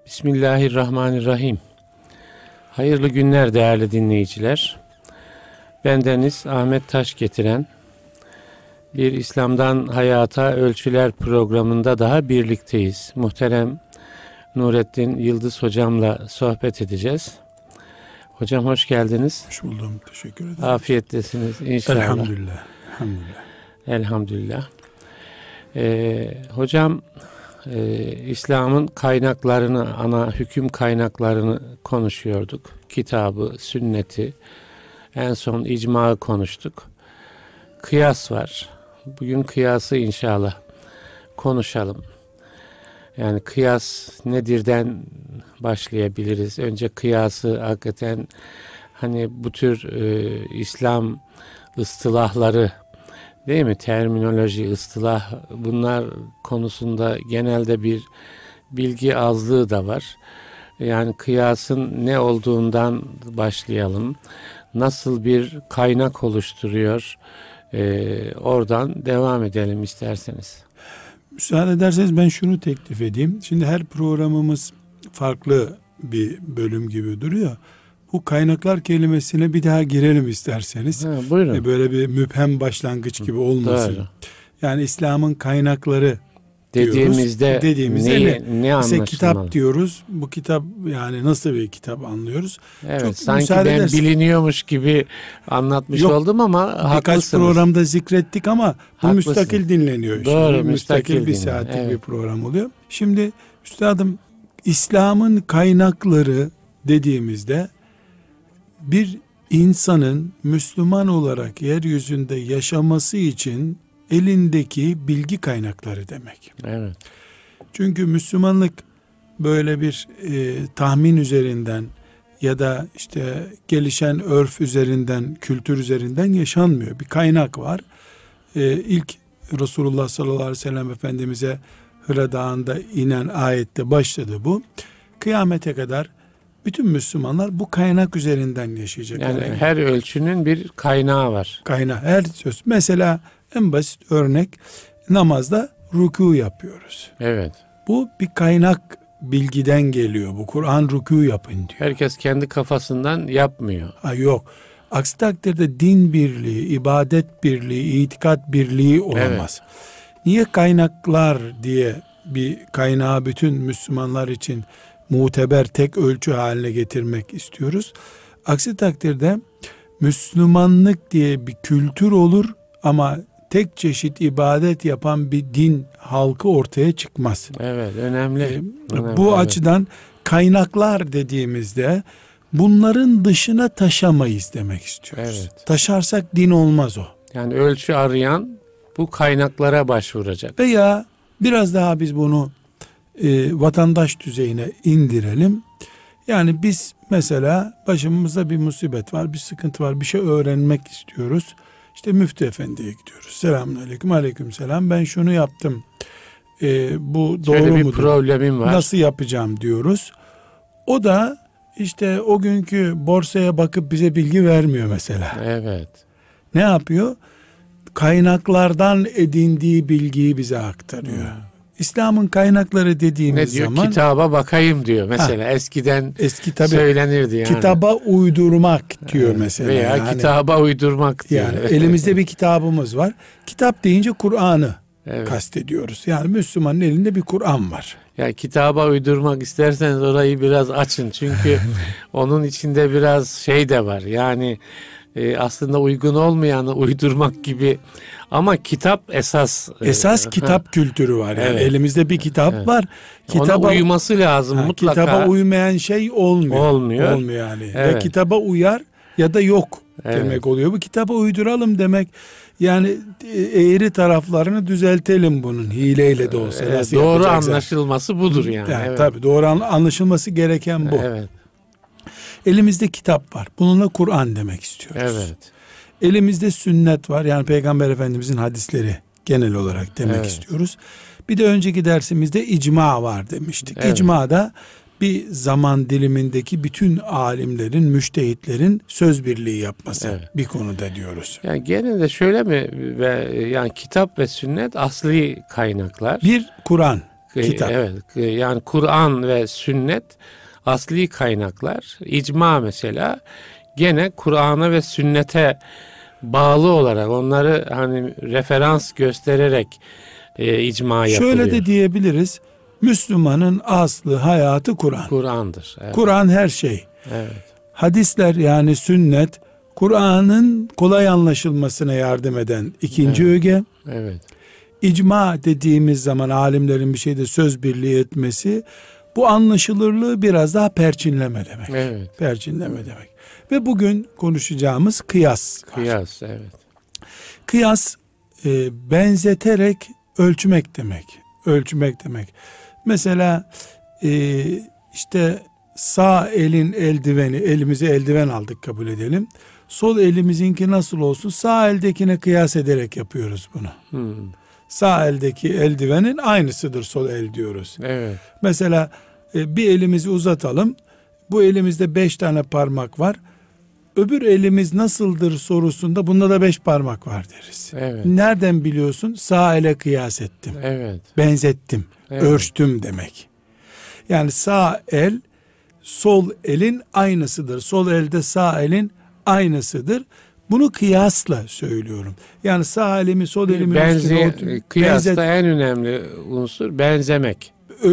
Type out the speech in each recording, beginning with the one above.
Bismillahirrahmanirrahim. Hayırlı günler değerli dinleyiciler. Bendeniz Ahmet Taş getiren bir İslam'dan Hayata Ölçüler programında daha birlikteyiz. Muhterem Nurettin Yıldız hocamla sohbet edeceğiz. Hocam hoş geldiniz. Hoş buldum. Teşekkür ederim. Afiyettesiniz inşallah. Elhamdülillah. Elhamdülillah. Hocam İslam'ın kaynaklarını, ana hüküm kaynaklarını konuşuyorduk. Kitabı, sünneti, en son icmağı konuştuk. Kıyas var. Bugün kıyası inşallah konuşalım. Yani kıyas nedirden başlayabiliriz. Önce kıyası hakikaten hani bu tür İslam ıstılahları, değil mi? Terminoloji, ıstılah, bunlar konusunda genelde bir bilgi azlığı da var. Yani kıyasın ne olduğundan başlayalım. Nasıl bir kaynak oluşturuyor? Oradan devam edelim isterseniz. Müsaade ederseniz ben şunu teklif edeyim. Şimdi her programımız farklı bir bölüm gibi duruyor. Bu kaynaklar kelimesine bir daha girelim isterseniz. Buyurun. Böyle bir müphem başlangıç gibi olmasın. Doğru. Yani İslam'ın kaynakları dediğimizde ne mesela kitap diyoruz. Bu kitap yani nasıl bir kitap anlıyoruz? Evet, çok sanki ben biliniyormuş gibi anlatmış oldum ama haklısınız. Birkaç programda zikrettik ama bu müstakil dinleniyor. Doğru, şimdi. Müstakil bir saatlik evet. bir program oluyor. Şimdi üstadım, İslam'ın kaynakları dediğimizde bir insanın Müslüman olarak yeryüzünde yaşaması için elindeki bilgi kaynakları demek. Evet. Çünkü Müslümanlık böyle bir tahmin üzerinden ya da işte gelişen örf üzerinden, kültür üzerinden yaşanmıyor. Bir kaynak var. İlk Resulullah sallallahu aleyhi ve sellem Efendimiz'e Hira Dağı'nda inen ayette başladı bu. Kıyamete kadar bütün Müslümanlar bu kaynak üzerinden yaşayacaklar. Yani her ölçünün bir kaynağı var. Kaynağı, her söz. Mesela en basit örnek, namazda rükû yapıyoruz. Evet. Bu bir kaynak bilgiden geliyor. Bu Kur'an rükû yapın diyor. Herkes kendi kafasından yapmıyor. Yok. Aksi takdirde din birliği, ibadet birliği, itikat birliği olamaz. Evet. Niye kaynaklar diye bir kaynağı bütün Müslümanlar için muteber tek ölçü haline getirmek istiyoruz? Aksi takdirde Müslümanlık diye bir kültür olur ama tek çeşit ibadet yapan bir din halkı ortaya çıkmaz. Evet, önemli. Bu açıdan kaynaklar dediğimizde bunların dışına taşamayız demek istiyoruz. Evet. Taşarsak din olmaz o. Yani ölçü arayan bu kaynaklara başvuracak. Veya biraz daha biz bunu vatandaş düzeyine indirelim. Yani biz mesela başımızda bir musibet var, bir sıkıntı var, bir şey öğrenmek istiyoruz. İşte müftü efendiye gidiyoruz. Selamünaleyküm, aleykümselam. Ben şunu yaptım. Bu doğru mudur? Bir problemim var. Nasıl yapacağım diyoruz. O da işte o günkü borsaya bakıp bize bilgi vermiyor mesela. Evet. Ne yapıyor? Kaynaklardan edindiği bilgiyi bize aktarıyor. İslam'ın kaynakları dediğimiz ne diyor? zaman Kitaba bakayım diyor mesela. Eski tabii söylenirdi yani. Kitaba uydurmak diyor mesela. Veya yani, kitaba uydurmak diyor. Yani elimizde bir kitabımız var. Kitap deyince Kur'an'ı kastediyoruz. Yani Müslümanın elinde bir Kur'an var. Ya kitaba uydurmak isterseniz orayı biraz açın. Çünkü onun içinde biraz şey de var. Yani aslında uygun olmayanı uydurmak gibi. Ama kitap esas kitap kültürü var. Yani elimizde bir kitap var. Ona uyması lazım mutlaka. Kitaba uymayan şey olmuyor. Olmuyor yani. Ya kitaba uyar ya da yok demek oluyor. Bu kitaba uyduralım demek. Yani eğri taraflarını düzeltelim bunun, hileyle de olsa. Doğru anlaşılması budur yani. Tabii doğru anlaşılması gereken bu. Evet. Elimizde kitap var. Bununla Kur'an demek istiyoruz. Evet. Elimizde sünnet var. Yani Peygamber Efendimizin hadisleri genel olarak demek istiyoruz. Bir de önceki dersimizde icma var demiştik. Evet. İcma'da bir zaman dilimindeki bütün alimlerin, müştehitlerin söz birliği yapması bir konuda diyoruz. Yani gene de şöyle mi, yani kitap ve sünnet asli kaynaklar. Bir Kur'an. Kitap. Evet, yani Kur'an ve sünnet asli kaynaklar. İcma mesela gene Kur'an'a ve sünnete bağlı olarak onları hani referans göstererek icma yapılıyor. Şöyle de diyebiliriz. Müslümanın aslı, hayatı Kur'an. Kur'an'dır. Evet. Kur'an her şey. Evet. Hadisler yani sünnet Kur'an'ın kolay anlaşılmasına yardım eden ikinci Evet. öge. Evet. İcma dediğimiz zaman alimlerin bir şeyde söz birliği etmesi, bu anlaşılırlığı biraz daha perçinleme demek. Evet. Perçinleme demek. Ve bugün konuşacağımız kıyas var. Kıyas, evet. Kıyas benzeterek ölçmek demek. Ölçmek demek. Mesela işte sağ elin eldiveni, elimize eldiven aldık kabul edelim. Sol elimizinki nasıl olsun? Sağ eldekine kıyas ederek yapıyoruz bunu. Sağ eldeki eldivenin aynısıdır sol el diyoruz. Evet. Mesela bir elimizi uzatalım. Bu elimizde 5 tane parmak var. Öbür elimiz nasıldır sorusunda bunda da 5 parmak var deriz. Evet. Nereden biliyorsun? Sağ ele kıyas ettim. Evet. Benzettim. Evet. Ölçtüm demek. Yani sağ el sol elin aynısıdır. Sol elde sağ elin aynısıdır. Bunu kıyasla söylüyorum. Yani sağ elimi sol elimin üstüne kıyasta en önemli unsur benzemek.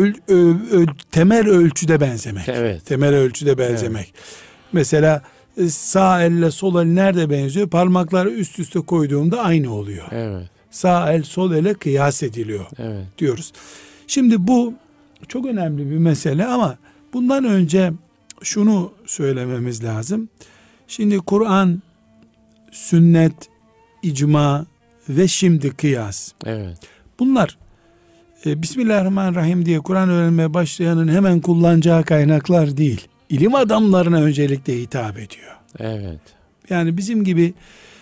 Temel ölçüde benzemek. Evet. Temel ölçüde benzemek. Mesela sağ elle sol el nerede benziyor? Parmakları üst üste koyduğumda aynı oluyor. Evet. Sağ el sol ele kıyas ediliyor. Evet. Diyoruz. Şimdi bu çok önemli bir mesele ama bundan önce şunu söylememiz lazım. Şimdi Kur'an, sünnet, icma ve şimdi kıyas. Evet. Bunlar Bismillahirrahmanirrahim diye Kur'an öğrenmeye başlayanın hemen kullanacağı kaynaklar değil. İlim adamlarına öncelikle hitap ediyor. Evet. Yani bizim gibi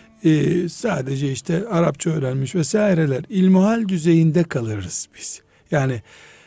sadece işte Arapça öğrenmiş vesaireler ilmuhal düzeyinde kalırız biz. Yani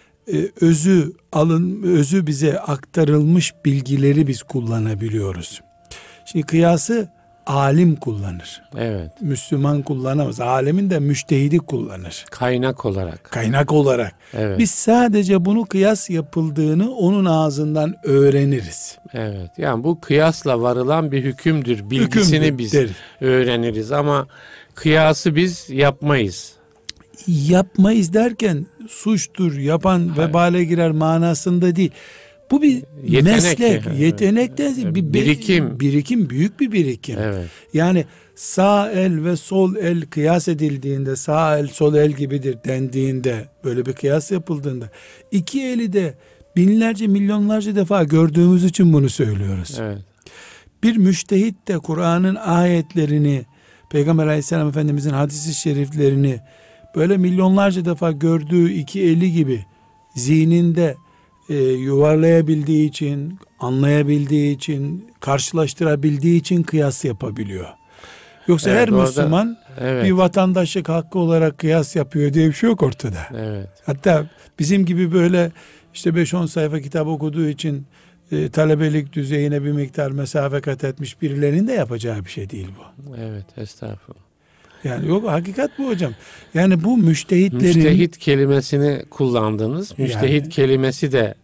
özü bize aktarılmış bilgileri biz kullanabiliyoruz. Şimdi kıyası alim kullanır. Evet. Müslüman kullanamaz. Alemin de müştehidi kullanır. Kaynak olarak. Kaynak olarak. Evet. Biz sadece bunu kıyas yapıldığını onun ağzından öğreniriz. Evet. Yani bu kıyasla varılan bir hükümdür. Bilgisini Hükümdür biz deriz. öğreniriz ama kıyası biz yapmayız. Yapmayız derken suçtur, yapan vebale girer manasında değil. Bu bir Yetenek meslek, yani. yetenekten bir Birikim. Birikim, büyük bir birikim. Evet. Yani sağ el ve sol el kıyas edildiğinde, sağ el sol el gibidir dendiğinde, böyle bir kıyas yapıldığında, iki eli de binlerce milyonlarca defa gördüğümüz için bunu söylüyoruz. Evet. Bir müştehit de Kur'an'ın ayetlerini, Peygamber Aleyhisselam Efendimizin hadis-i şeriflerini böyle milyonlarca defa gördüğü iki eli gibi zihninde yuvarlayabildiği için, anlayabildiği için, karşılaştırabildiği için kıyas yapabiliyor. Yoksa Evet, her orada, Müslüman evet. bir vatandaşlık hakkı olarak kıyas yapıyor diye bir şey yok ortada. Evet. Hatta bizim gibi böyle işte 5-10 sayfa kitap okuduğu için talebelik düzeyine bir miktar mesafe kat etmiş birilerinin de yapacağı bir şey değil bu. Evet, estağfurullah. Yani yok, hakikat bu hocam. Yani bu müştehitlerin... Müştehit kelimesini kullandınız. Müştehit Yani- kelimesi de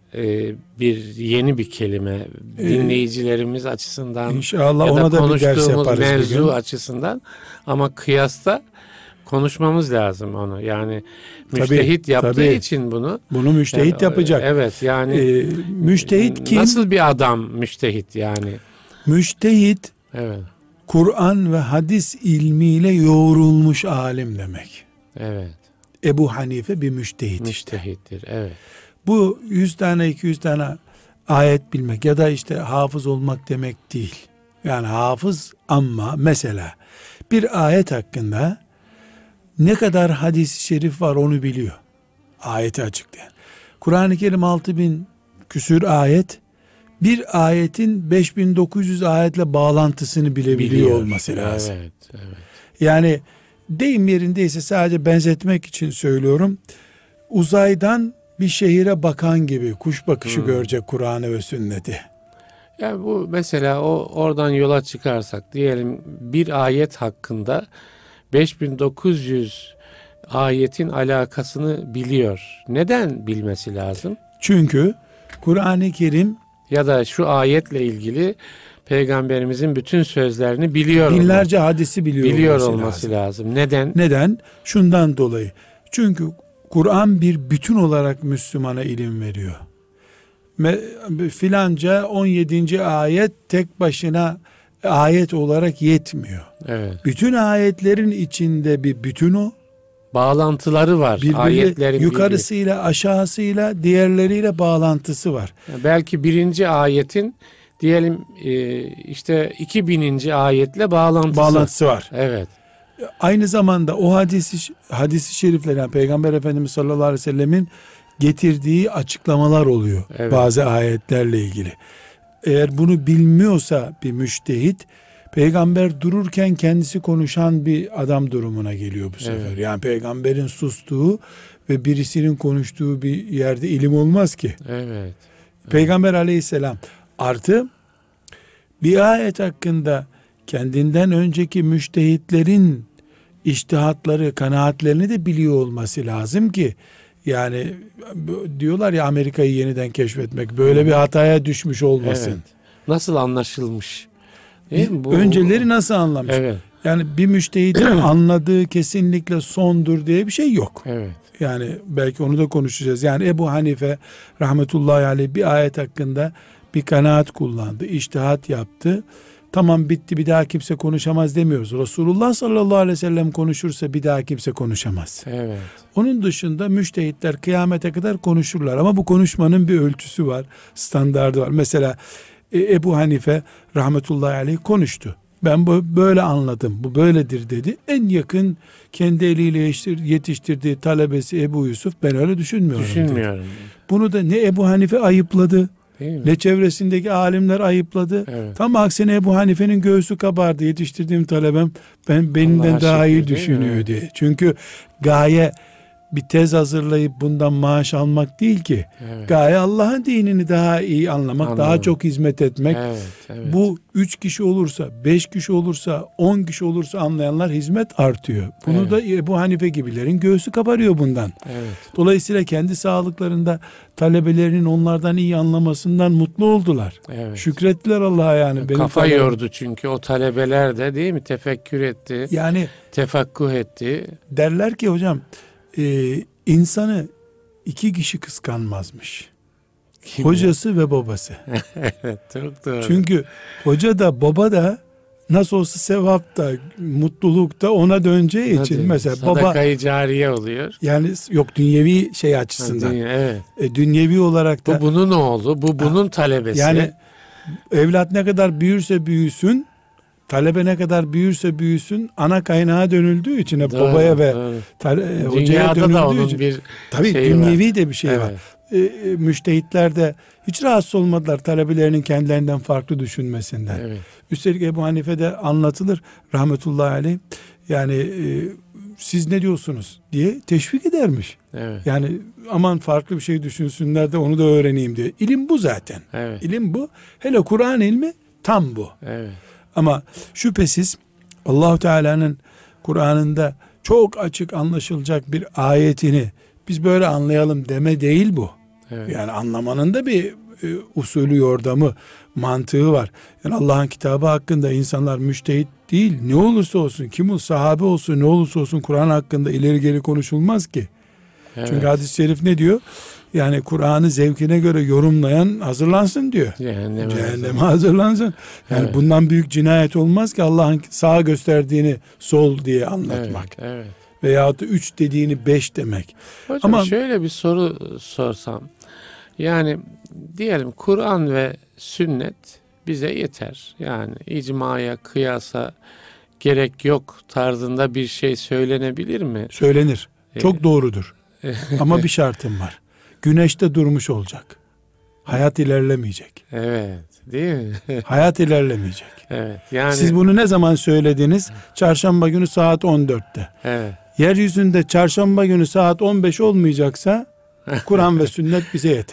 yeni bir kelime. Dinleyicilerimiz açısından İnşallah ya da ona da bir ders konuştuğumuz yaparız bir mevzu gün. açısından ama kıyasta konuşmamız lazım onu. Yani müştehit yaptığı tabii. için bunu. Bunu müştehit yapacak. Evet, yani Müştehit kim? nasıl bir adam müştehit yani? Müştehit Evet. Kur'an ve hadis ilmiyle yoğrulmuş alim demek. Evet. Ebu Hanife bir müştehit. Müştehittir. Evet. Bu 100 tane 200 tane ayet bilmek ya da işte hafız olmak demek değil. Yani hafız ama mesela bir ayet hakkında ne kadar hadis-i şerif var onu biliyor. Ayeti açıklayan. Kur'an-ı Kerim 6000 küsür ayet, bir ayetin 5900 ayetle bağlantısını biliyor olması lazım. Evet. Evet. Yani deyim yerindeyse sadece benzetmek için söylüyorum. Uzaydan bir şehire bakan gibi kuş bakışı görecek Kur'an'ı ve sünneti. Yani bu mesela oradan yola çıkarsak diyelim bir ayet hakkında 5900 ayetin alakasını biliyor. Neden bilmesi lazım? Çünkü Kur'an-ı Kerim Ya da şu ayetle ilgili Peygamberimizin bütün sözlerini biliyor. Binlerce hadisi biliyor olması lazım. Neden? Neden? Şundan dolayı. Çünkü Kur'an bir bütün olarak Müslümana ilim veriyor. Filanca 17. ayet tek başına ayet olarak yetmiyor. Evet. Bütün ayetlerin içinde bir bütün o. Bağlantıları var. Ayetlerin yukarısıyla, aşağısıyla, diğerleriyle bağlantısı var. Belki birinci ayetin diyelim işte 2000. ayetle bağlantısı var. Evet. Aynı zamanda o hadisi şerifler, yani Peygamber Efendimiz sallallahu aleyhi ve sellemin getirdiği açıklamalar oluyor. Evet. Bazı ayetlerle ilgili. Eğer bunu bilmiyorsa bir müştehit, peygamber dururken kendisi konuşan bir adam durumuna geliyor bu sefer. Evet. Yani peygamberin sustuğu ve birisinin konuştuğu bir yerde ilim olmaz ki. Evet. Peygamber aleyhisselam artı bir ayet hakkında kendinden önceki müştehitlerin içtihatları, kanaatlerini de biliyor olması lazım ki, yani diyorlar ya, Amerika'yı yeniden keşfetmek, böyle bir hataya düşmüş olmasın. Evet. Nasıl anlaşılmış? Değil mi? Önceleri nasıl anlamış? Evet. Yani bir müştehidin anladığı kesinlikle sondur diye bir şey yok. Evet. Yani belki onu da konuşacağız. Yani Ebu Hanife rahmetullahi aleyh bir ayet hakkında bir kanaat kullandı, içtihat yaptı. Tamam, bitti, bir daha kimse konuşamaz demiyoruz. Resulullah sallallahu aleyhi ve sellem konuşursa bir daha kimse konuşamaz. Evet. Onun dışında müştehitler kıyamete kadar konuşurlar. Ama bu konuşmanın bir ölçüsü var, standardı var. Mesela Ebu Hanife rahmetullahi aleyh konuştu. Ben böyle anladım, bu böyledir dedi. En yakın kendi eliyle yetiştirdiği talebesi Ebu Yusuf, ben öyle düşünmüyorum dedi. Bunu da ne Ebu Hanife ayıpladı, ne çevresindeki alimler ayıpladı. Evet. Tam aksine Ebu Hanife'nin göğsü kabardı. Yetiştirdiğim talebem benimden daha iyi düşünüyor diye. Çünkü gaye bir tez hazırlayıp bundan maaş almak değil ki. Evet. Gaye Allah'ın dinini daha iyi anlamak, anladım, daha çok hizmet etmek. Evet, evet. Bu 3 kişi olursa, 5 kişi olursa, 10 kişi olursa anlayanlar, hizmet artıyor. Bunu evet, da Ebu Hanife gibilerin göğsü kabarıyor bundan. Evet. Dolayısıyla kendi sağlıklarında talebelerinin onlardan iyi anlamasından mutlu oldular. Evet. Şükrettiler Allah'a yani. Kafa yordu çünkü o talebeler de, değil mi? Tefekkür etti. Yani tefakkuh etti. Derler ki hocam, insanı 2 kişi kıskanmazmış. Kim hocası ve babası. Evet, çok doğru. Çünkü hoca da baba da nasıl olsa sevap da mutluluk da ona döneceği için, mesela sadakayı cariye oluyor. Yani yok, dünyevi şey açısından. Evet. Dünyevi olarak da. Bu bunun oğlu, bu bunun talebesi. Yani evlat ne kadar büyürse büyüsün, talebe ne kadar büyürse büyüsün, ana kaynağa dönüldüğü için, hep babaya ve hocaya dönüldüğü için. Bir tabii dünyevi var, de bir şey, evet, var. Müştehitler de hiç rahatsız olmadılar talebelerinin kendilerinden farklı düşünmesinden. Evet. Üstelik Ebu Hanife de anlatılır rahmetullahi aleyh. Yani siz ne diyorsunuz diye teşvik edermiş. Evet. Yani aman farklı bir şey düşünsünler de onu da öğreneyim diye. İlim bu zaten. Evet. İlim bu. Hele Kur'an ilmi tam bu. Evet. Ama şüphesiz Allah-u Teala'nın Kur'an'ında çok açık anlaşılacak bir ayetini biz böyle anlayalım deme değil bu. Evet. Yani anlamanın da bir usulü, yordamı, mantığı var. Yani Allah'ın kitabı hakkında insanlar müştehit değil, ne olursa olsun, kim olsun, sahabe olsun, ne olursa olsun Kur'an hakkında ileri geri konuşulmaz ki. Evet. Çünkü hadis-i şerif ne diyor? Yani Kur'an'ı zevkine göre yorumlayan hazırlansın diyor. Cehenneme hazırlansın. Yani evet, bundan büyük cinayet olmaz ki Allah'ın sağa gösterdiğini sol diye anlatmak. Evet, evet. Veyahut da 3 dediğini 5 demek. Hocam, ama şöyle bir soru sorsam. Yani diyelim Kur'an ve sünnet bize yeter. Yani icmaya, kıyasa gerek yok tarzında bir şey söylenebilir mi? Söylenir. Çok doğrudur. Ama bir şartım var. Güneşte durmuş olacak. Hayat ilerlemeyecek. Evet, değil mi? Hayat ilerlemeyecek. Evet. Yani siz bunu ne zaman söylediniz? Çarşamba günü saat 14'te. Evet. Yeryüzünde çarşamba günü saat 15 olmayacaksa Kur'an ve sünnet bize yeter.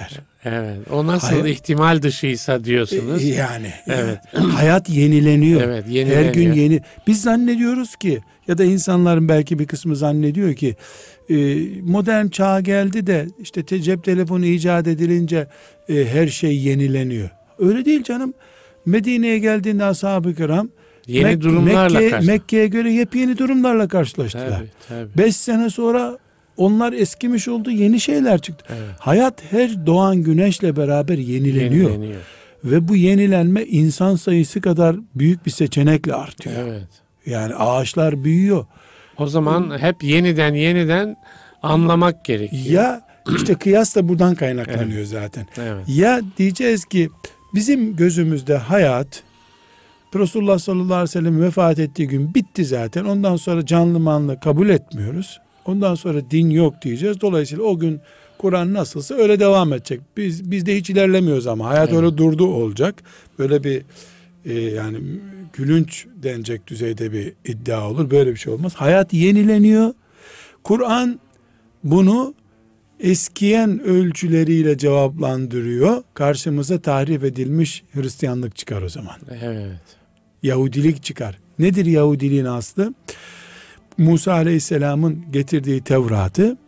Evet. O nasıl ihtimal dışıysa diyorsunuz. Yani. Evet. Hayat yenileniyor. Evet, yenileniyor. Her gün yeni. Biz zannediyoruz ki, ya da insanların belki bir kısmı zannediyor ki modern çağ geldi de işte cep telefonu icat edilince her şey yenileniyor. Öyle değil canım. Medine'ye geldiğinde ashab-ı kiram yeni durumlarla Mekke'ye göre yepyeni durumlarla karşılaştılar. Tabii. 5 sene sonra onlar eskimiş oldu, yeni şeyler çıktı. Evet. Hayat her doğan güneşle beraber yenileniyor. Ve bu yenilenme insan sayısı kadar büyük bir seçenekle artıyor. Evet. Yani ağaçlar büyüyor. O zaman hep yeniden anlamak gerekiyor. Ya işte kıyas da buradan kaynaklanıyor zaten. Evet. Ya diyeceğiz ki bizim gözümüzde hayat Resulullah sallallahu aleyhi ve sellem vefat ettiği gün bitti zaten. Ondan sonra canlı manlı kabul etmiyoruz. Ondan sonra din yok diyeceğiz. Dolayısıyla o gün Kur'an nasılsa öyle devam edecek. Biz de hiç ilerlemiyoruz ama hayat öyle durdu olacak. Böyle bir yani gülünç denecek düzeyde bir iddia olur. Böyle bir şey olmaz. Hayat yenileniyor. Kur'an bunu eskiyen ölçüleriyle cevaplandırıyor. Karşımıza tahrif edilmiş Hristiyanlık çıkar o zaman. Evet. Yahudilik çıkar. Nedir Yahudiliğin aslı? Musa Aleyhisselam'ın getirdiği Tevrat'ı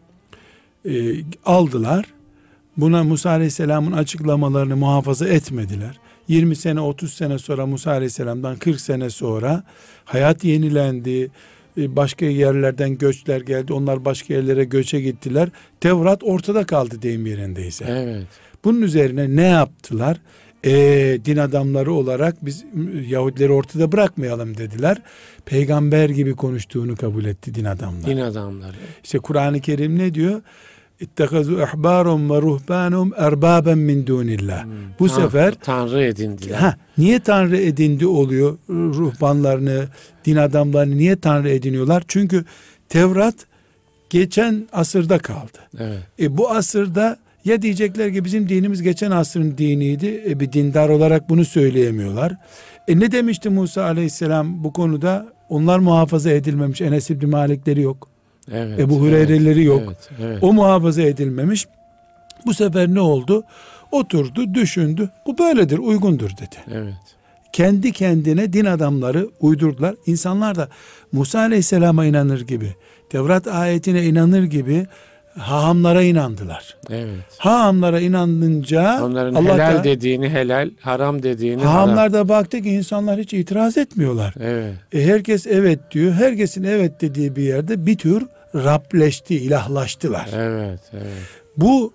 aldılar. Buna Musa Aleyhisselam'ın açıklamalarını muhafaza etmediler. 20 sene 30 sene sonra Musa Aleyhisselam'dan 40 sene sonra hayat yenilendi. Başka yerlerden göçler geldi. Onlar başka yerlere göçe gittiler. Tevrat ortada kaldı deyim yerindeyse. Evet. Bunun üzerine ne yaptılar? Din adamları olarak biz Yahudileri ortada bırakmayalım dediler. Peygamber gibi konuştuğunu kabul etti din adamları. Din adamları. İşte Kur'an-ı Kerim ne diyor? İttehazu ihbarum ve ruhbanum erbaben min dunillah. Bu sefer Tanrı edindiler. Niye Tanrı edindi oluyor? Ruhbanlarını, din adamlarını niye Tanrı ediniyorlar? Çünkü Tevrat geçen asırda kaldı. Evet. Bu asırda ya diyecekler ki bizim dinimiz geçen asrın diniydi. Bir dindar olarak bunu söyleyemiyorlar. Ne demişti Musa Aleyhisselam bu konuda? Onlar muhafaza edilmemiş. Enes İbni Malikleri yok. Evet, Ebu Hureyre'leri yok. Evet. O muhafaza edilmemiş. Bu sefer ne oldu? Oturdu, düşündü. Bu böyledir, uygundur dedi. Evet. Kendi kendine din adamları uydurdular. İnsanlar da Musa Aleyhisselam'a inanır gibi, Tevrat ayetine inanır gibi hahamlara inandılar. Evet. Hahamlara inanınca onların Allah helal dediğini helal, haram dediğini hahamlar haram. da baktı ki insanlar hiç itiraz etmiyorlar. Evet. Herkes evet diyor. Herkesin evet dediği bir yerde bir tür Rableşti, ilahlaştılar. Evet. Bu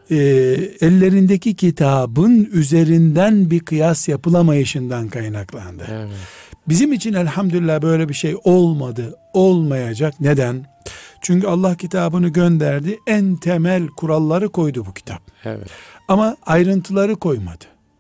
ellerindeki kitabın üzerinden bir kıyas yapılamayışından kaynaklandı. Evet. Bizim için elhamdülillah böyle bir şey olmadı, olmayacak. Neden? Çünkü Allah kitabını gönderdi, en temel kuralları koydu bu kitap. Evet. Ama ayrıntıları koymadı.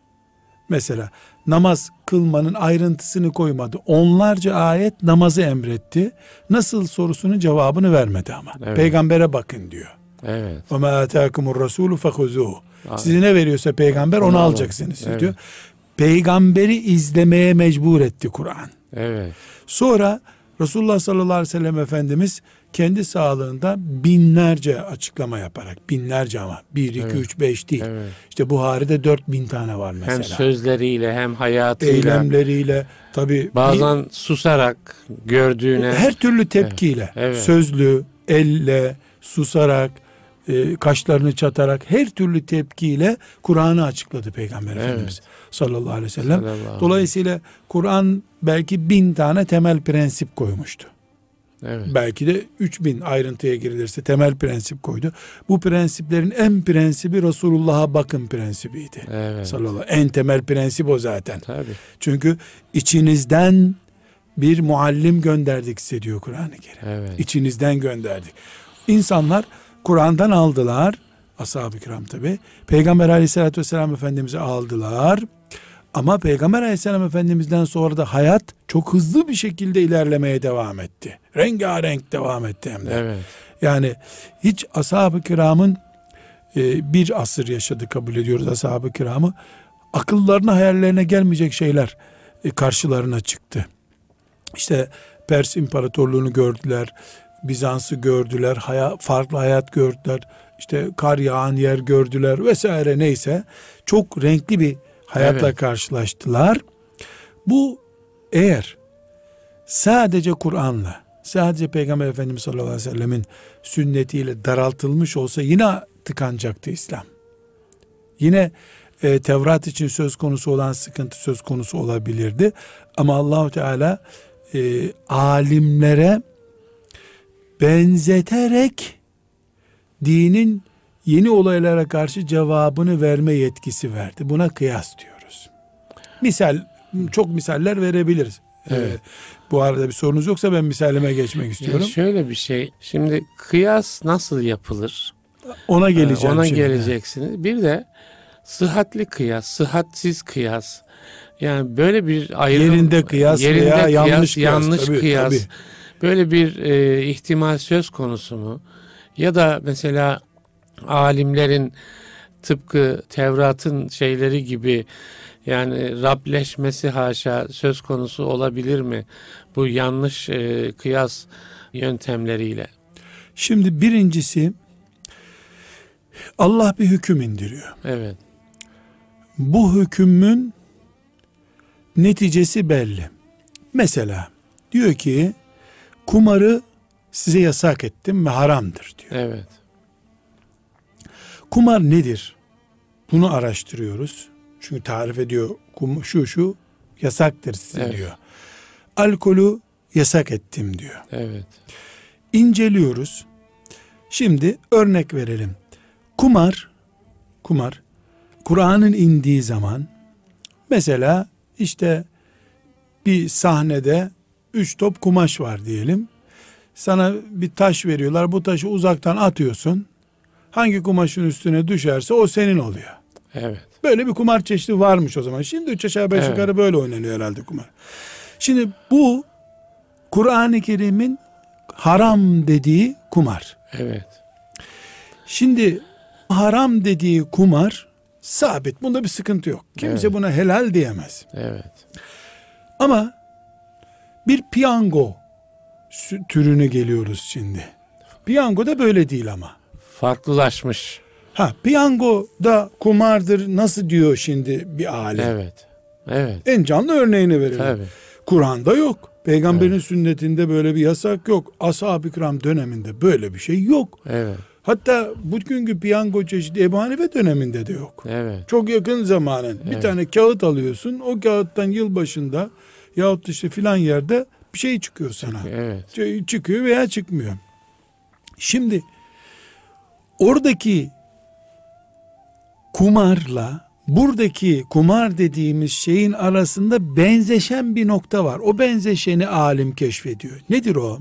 Mesela namaz kılmanın ayrıntısını koymadı. Onlarca ayet namazı emretti. Nasıl sorusunun cevabını vermedi ama. Evet. Peygambere bakın diyor. Evet. وَمَا آتَاكُمُ الرَّسُولُ فَخُذُوهُ. Size ne veriyorsa peygamber onu alacaksınız diyor. Peygamberi izlemeye mecbur etti Kur'an. Evet. Sonra Resulullah sallallahu aleyhi ve sellem Efendimiz kendi sağlığında binlerce açıklama yaparak, binlerce ama 1, 2, 3, 5 değil. Evet. İşte Buhari'de 4000 tane var mesela. Hem sözleriyle hem hayatıyla. Eylemleriyle tabi. Bazen susarak gördüğüne. Her türlü tepkiyle. Evet. Sözlü, elle, susarak, kaşlarını çatarak her türlü tepkiyle Kur'an'ı açıkladı Peygamber Efendimiz sallallahu aleyhi ve sellem. Dolayısıyla Kur'an belki 1000 tane temel prensip koymuştu. Evet. Belki de 3000 ayrıntıya girilirse temel prensip koydu. Bu prensiplerin en prensibi Resulullah'a bakın prensibiydi. Evet. Sallallahu. En temel prensip o zaten. Tabii. Çünkü içinizden bir muallim gönderdik size diyor Kur'an-ı Kerim. Evet. İçinizden gönderdik. İnsanlar Kur'an'dan aldılar. Ashab-ı kiram tabi. Peygamber aleyhissalatü vesselam Efendimiz'i aldılar. Ama Peygamber aleyhisselam Efendimiz'den sonra da hayat çok hızlı bir şekilde ilerlemeye devam etti. Rengarenk devam etti hem de. Evet. Yani hiç ashab-ı kiramın bir asır yaşadı kabul ediyoruz ashab-ı kiramı. Akıllarına hayallerine gelmeyecek şeyler karşılarına çıktı. İşte Pers İmparatorluğunu gördüler. Bizans'ı gördüler. Farklı hayat gördüler. işte kar yağan yer gördüler vesaire, neyse. Çok renkli bir hayatla karşılaştılar. Bu eğer sadece Kur'an'la, sadece Peygamber Efendimiz sallallahu aleyhi ve sellemin sünnetiyle daraltılmış olsa yine tıkanacaktı İslam. Yine Tevrat için söz konusu olan sıkıntı söz konusu olabilirdi. Ama Allahu Teala alimlere benzeterek dinin yeni olaylara karşı cevabını verme yetkisi verdi. Buna kıyas diyoruz. Çok misaller verebiliriz. Evet. Bu arada bir sorunuz yoksa ben misalime geçmek istiyorum. Yani şöyle bir şey. Şimdi kıyas nasıl yapılır? Ona geleceğim. Ona geleceksiniz. Bir de sıhhatli kıyas, sıhhatsiz kıyas. Yani böyle bir ayrım. Yerinde kıyas veya yanlış kıyas. Tabii. Böyle bir ihtimal söz konusu mu? Ya da mesela alimlerin tıpkı Tevrat'ın şeyleri gibi, yani Rableşmesi haşa söz konusu olabilir mi? Bu yanlış kıyas yöntemleriyle. Şimdi birincisi, Allah bir hüküm indiriyor. Evet. Bu hükmün neticesi belli. Mesela diyor ki kumarı size yasak ettim ve haramdır diyor. Evet. Kumar nedir? Bunu araştırıyoruz. Çünkü tarif ediyor. Şu yasaktır size diyor. Alkolü yasak ettim diyor. Evet. İnceliyoruz. Şimdi örnek verelim. Kumar Kur'an'ın indiği zaman mesela işte bir sahnede 3 top kumaş var diyelim. Sana bir taş veriyorlar. Bu taşı uzaktan atıyorsun. Hangi kumaşın üstüne düşerse o senin oluyor. Evet. Böyle bir kumar çeşidi varmış o zaman. Şimdi 3 aşağı 5 yukarı böyle oynanıyor herhalde kumar. Şimdi bu Kur'an-ı Kerim'in haram dediği kumar. Evet. Şimdi haram dediği kumar sabit. Bunda bir sıkıntı yok. Kimse buna helal diyemez. Evet. Ama bir piyango türünü geliyoruz şimdi. Piyango da böyle değil ama. Farklılaşmış. Piyango da kumardır nasıl diyor şimdi bir alim. Evet. Evet. En canlı örneğini verelim. Tabii. Kur'an'da yok. Peygamberin sünnetinde böyle bir yasak yok. Ashab-ı kiram döneminde böyle bir şey yok. Evet. Hatta bugünkü piyango çeşidi Ebu Hanife döneminde de yok. Evet. Çok yakın zamanın. Bir tane kağıt alıyorsun. O kağıttan yılbaşında yahut işte filan yerde bir şey çıkıyor sana. Evet. Çıkıyor veya çıkmıyor. Şimdi oradaki kumarla buradaki kumar dediğimiz şeyin arasında benzeşen bir nokta var. O benzeşeni alim keşfediyor. Nedir o?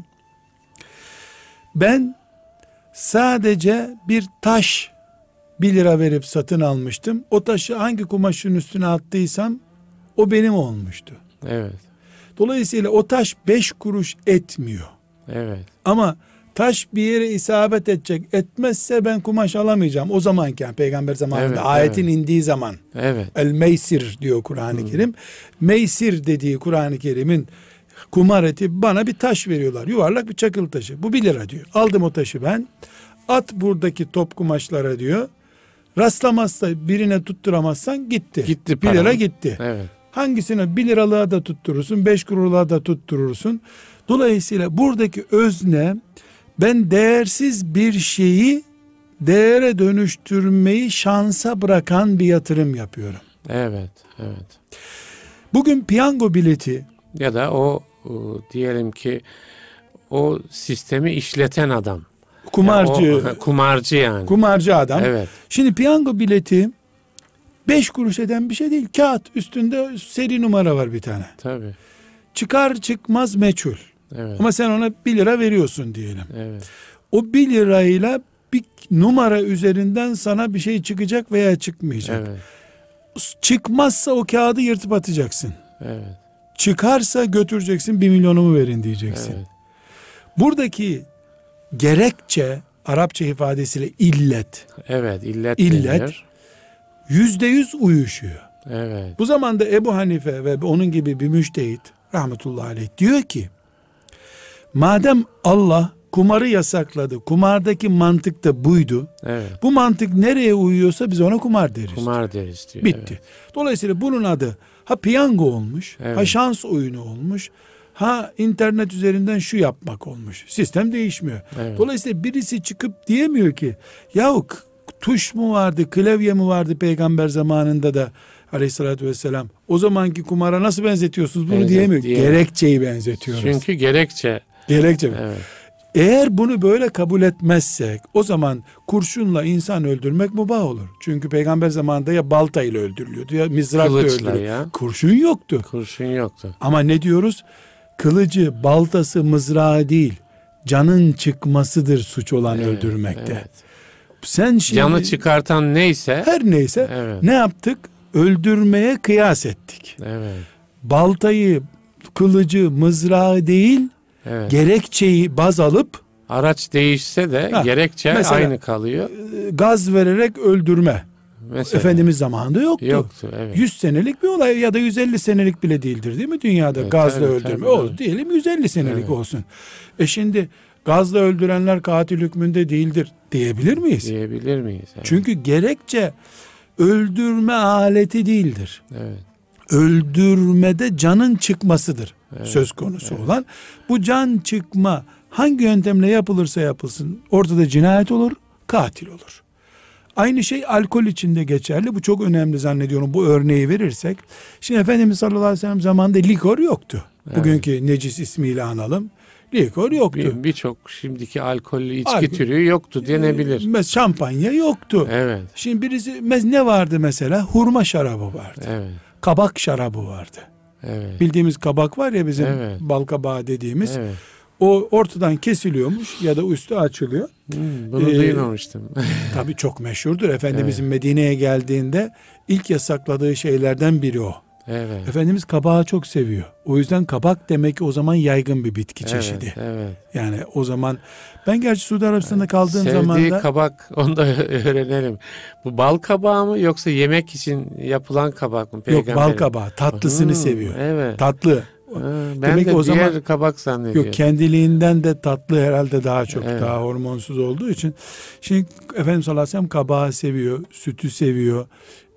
Ben sadece bir taş 1 lira verip satın almıştım. O taşı hangi kumaşın üstüne attıysam o benim olmuştu. Evet. Dolayısıyla o taş 5 kuruş etmiyor. Evet. Ama taş bir yere isabet edecek, etmezse ben kumaş alamayacağım. O zamanken peygamber zamanında ayetin indiği zaman. Evet. El meysir diyor Kur'an-ı Kerim. Meysir dediği Kur'an-ı Kerim'in kumar eti, bana bir taş veriyorlar. Yuvarlak bir çakıl taşı. Bu 1 lira diyor. Aldım o taşı ben. At buradaki top kumaşlara diyor. Rastlamazsa, birine tutturamazsan gitti. Gitti 1 lira gitti. Evet. Hangisine 1 liralığa da tutturursun, 5 kuruşluğa da tutturursun. Dolayısıyla buradaki özne, ben değersiz bir şeyi değere dönüştürmeyi şansa bırakan bir yatırım yapıyorum. Evet. Evet. Bugün piyango bileti Ya da o diyelim ki o sistemi işleten adam. Kumarcı yani. Kumarcı adam. Evet. Şimdi piyango bileti 5 kuruş eden bir şey değil. Kağıt üstünde seri numara var bir tane. Tabii. Çıkar çıkmaz meçhul. Evet. Ama sen ona 1 lira veriyorsun diyelim. Evet. O 1 lirayla bir numara üzerinden sana bir şey çıkacak veya çıkmayacak. Evet. Çıkmazsa o kağıdı yırtıp atacaksın. Evet. Çıkarsa götüreceksin, 1 milyonumu verin diyeceksin. Evet. Buradaki gerekçe, Arapça ifadesiyle illet. Evet. İllet. %100 uyuşuyor. Evet. Bu zamanda Ebu Hanife ve onun gibi bir müştehit rahmetullahi aleyh diyor ki, madem Allah kumarı yasakladı. Kumardaki mantık da buydu. Evet. Bu mantık nereye uyuyorsa biz ona kumar deriz. Kumar deriz diyor. Bitti. Evet. Dolayısıyla bunun adı ha piyango olmuş, Evet. ha şans oyunu olmuş, ha internet üzerinden şu yapmak olmuş. Sistem değişmiyor. Evet. Dolayısıyla birisi çıkıp diyemiyor ki yahu tuş mu vardı, klavye mi vardı peygamber zamanında da aleyhissalatü vesselam, o zamanki kumara nasıl benzetiyorsunuz bunu diyemiyor. Gerekçeyi benzetiyoruz. Çünkü gerekçe. Gerekçe. Evet. Eğer bunu böyle kabul etmezsek o zaman kurşunla insan öldürmek mübah olur. Çünkü peygamber zamanında ya baltayla öldürülüyordu ya mızrakla öldürülüyordu. Ya. Kurşun yoktu. Kurşun yoktu. Ama ne diyoruz? Kılıcı, baltası, mızrağı değil, canın çıkmasıdır suç olan öldürmekte. Evet. Sen şimdi canı çıkartan neyse, her neyse evet. ne yaptık? Öldürmeye kıyas ettik. Evet. Baltayı, kılıcı, mızrağı değil, Evet. gerekçeyi baz alıp Araç değişse de gerekçe mesela, aynı kalıyor. Gaz vererek öldürme. Mesela. Efendimiz zamanında yoktu. Yoktu, evet. 100 senelik bir olay ya da 150 senelik bile değildir değil mi dünyada gazla tabii, öldürme? tabii, O evet. diyelim 150 senelik olsun. Şimdi gazla öldürenler katil hükmünde değildir diyebilir miyiz? Diyebilir miyiz? Evet. Çünkü gerekçe öldürme aleti değildir. Evet. Öldürmede canın çıkmasıdır söz konusu evet. olan. Bu can çıkma hangi yöntemle yapılırsa yapılsın ortada cinayet olur, katil olur. Aynı şey alkol için de geçerli. Bu çok önemli zannediyorum bu örneği verirsek. Şimdi Efendimiz sallallahu aleyhi ve sellem zamanında likor yoktu. Evet. Bugünkü necis ismiyle analım. Likor yoktu. Birçok şimdiki alkollü içki türü yoktu denebilir. Şampanya yoktu. Evet. Şimdi birisi ne vardı mesela? Hurma şarabı vardı. Evet. Kabak şarabı vardı. Evet. Bildiğimiz kabak var ya bizim Evet. balkabağı dediğimiz. Evet. O ortadan kesiliyormuş ya da üstü açılıyor. Bunu duymamıştım. Tabii çok meşhurdur. Efendimizin Medine'ye geldiğinde ilk yasakladığı şeylerden biri o. Evet. Efendimiz kabağı çok seviyor. O yüzden kabak demek ki o zaman yaygın bir bitki çeşidi. Evet. Yani o zaman ben gerçi Suudi Arabistan'da kaldığım zamanda sevdiği kabak, onu da öğrenelim. Bu bal kabağı mı yoksa yemek için yapılan kabak mı? yok bal kabağı tatlısını seviyor. Evet. Tatlı. Ben demek de o diğer zaman kabak zannediyorum. yok kendiliğinden de tatlı herhalde daha çok Evet. daha hormonsuz olduğu için. Şimdi Efendimiz sallallahu aleyhi ve sellem kabağı seviyor, sütü seviyor,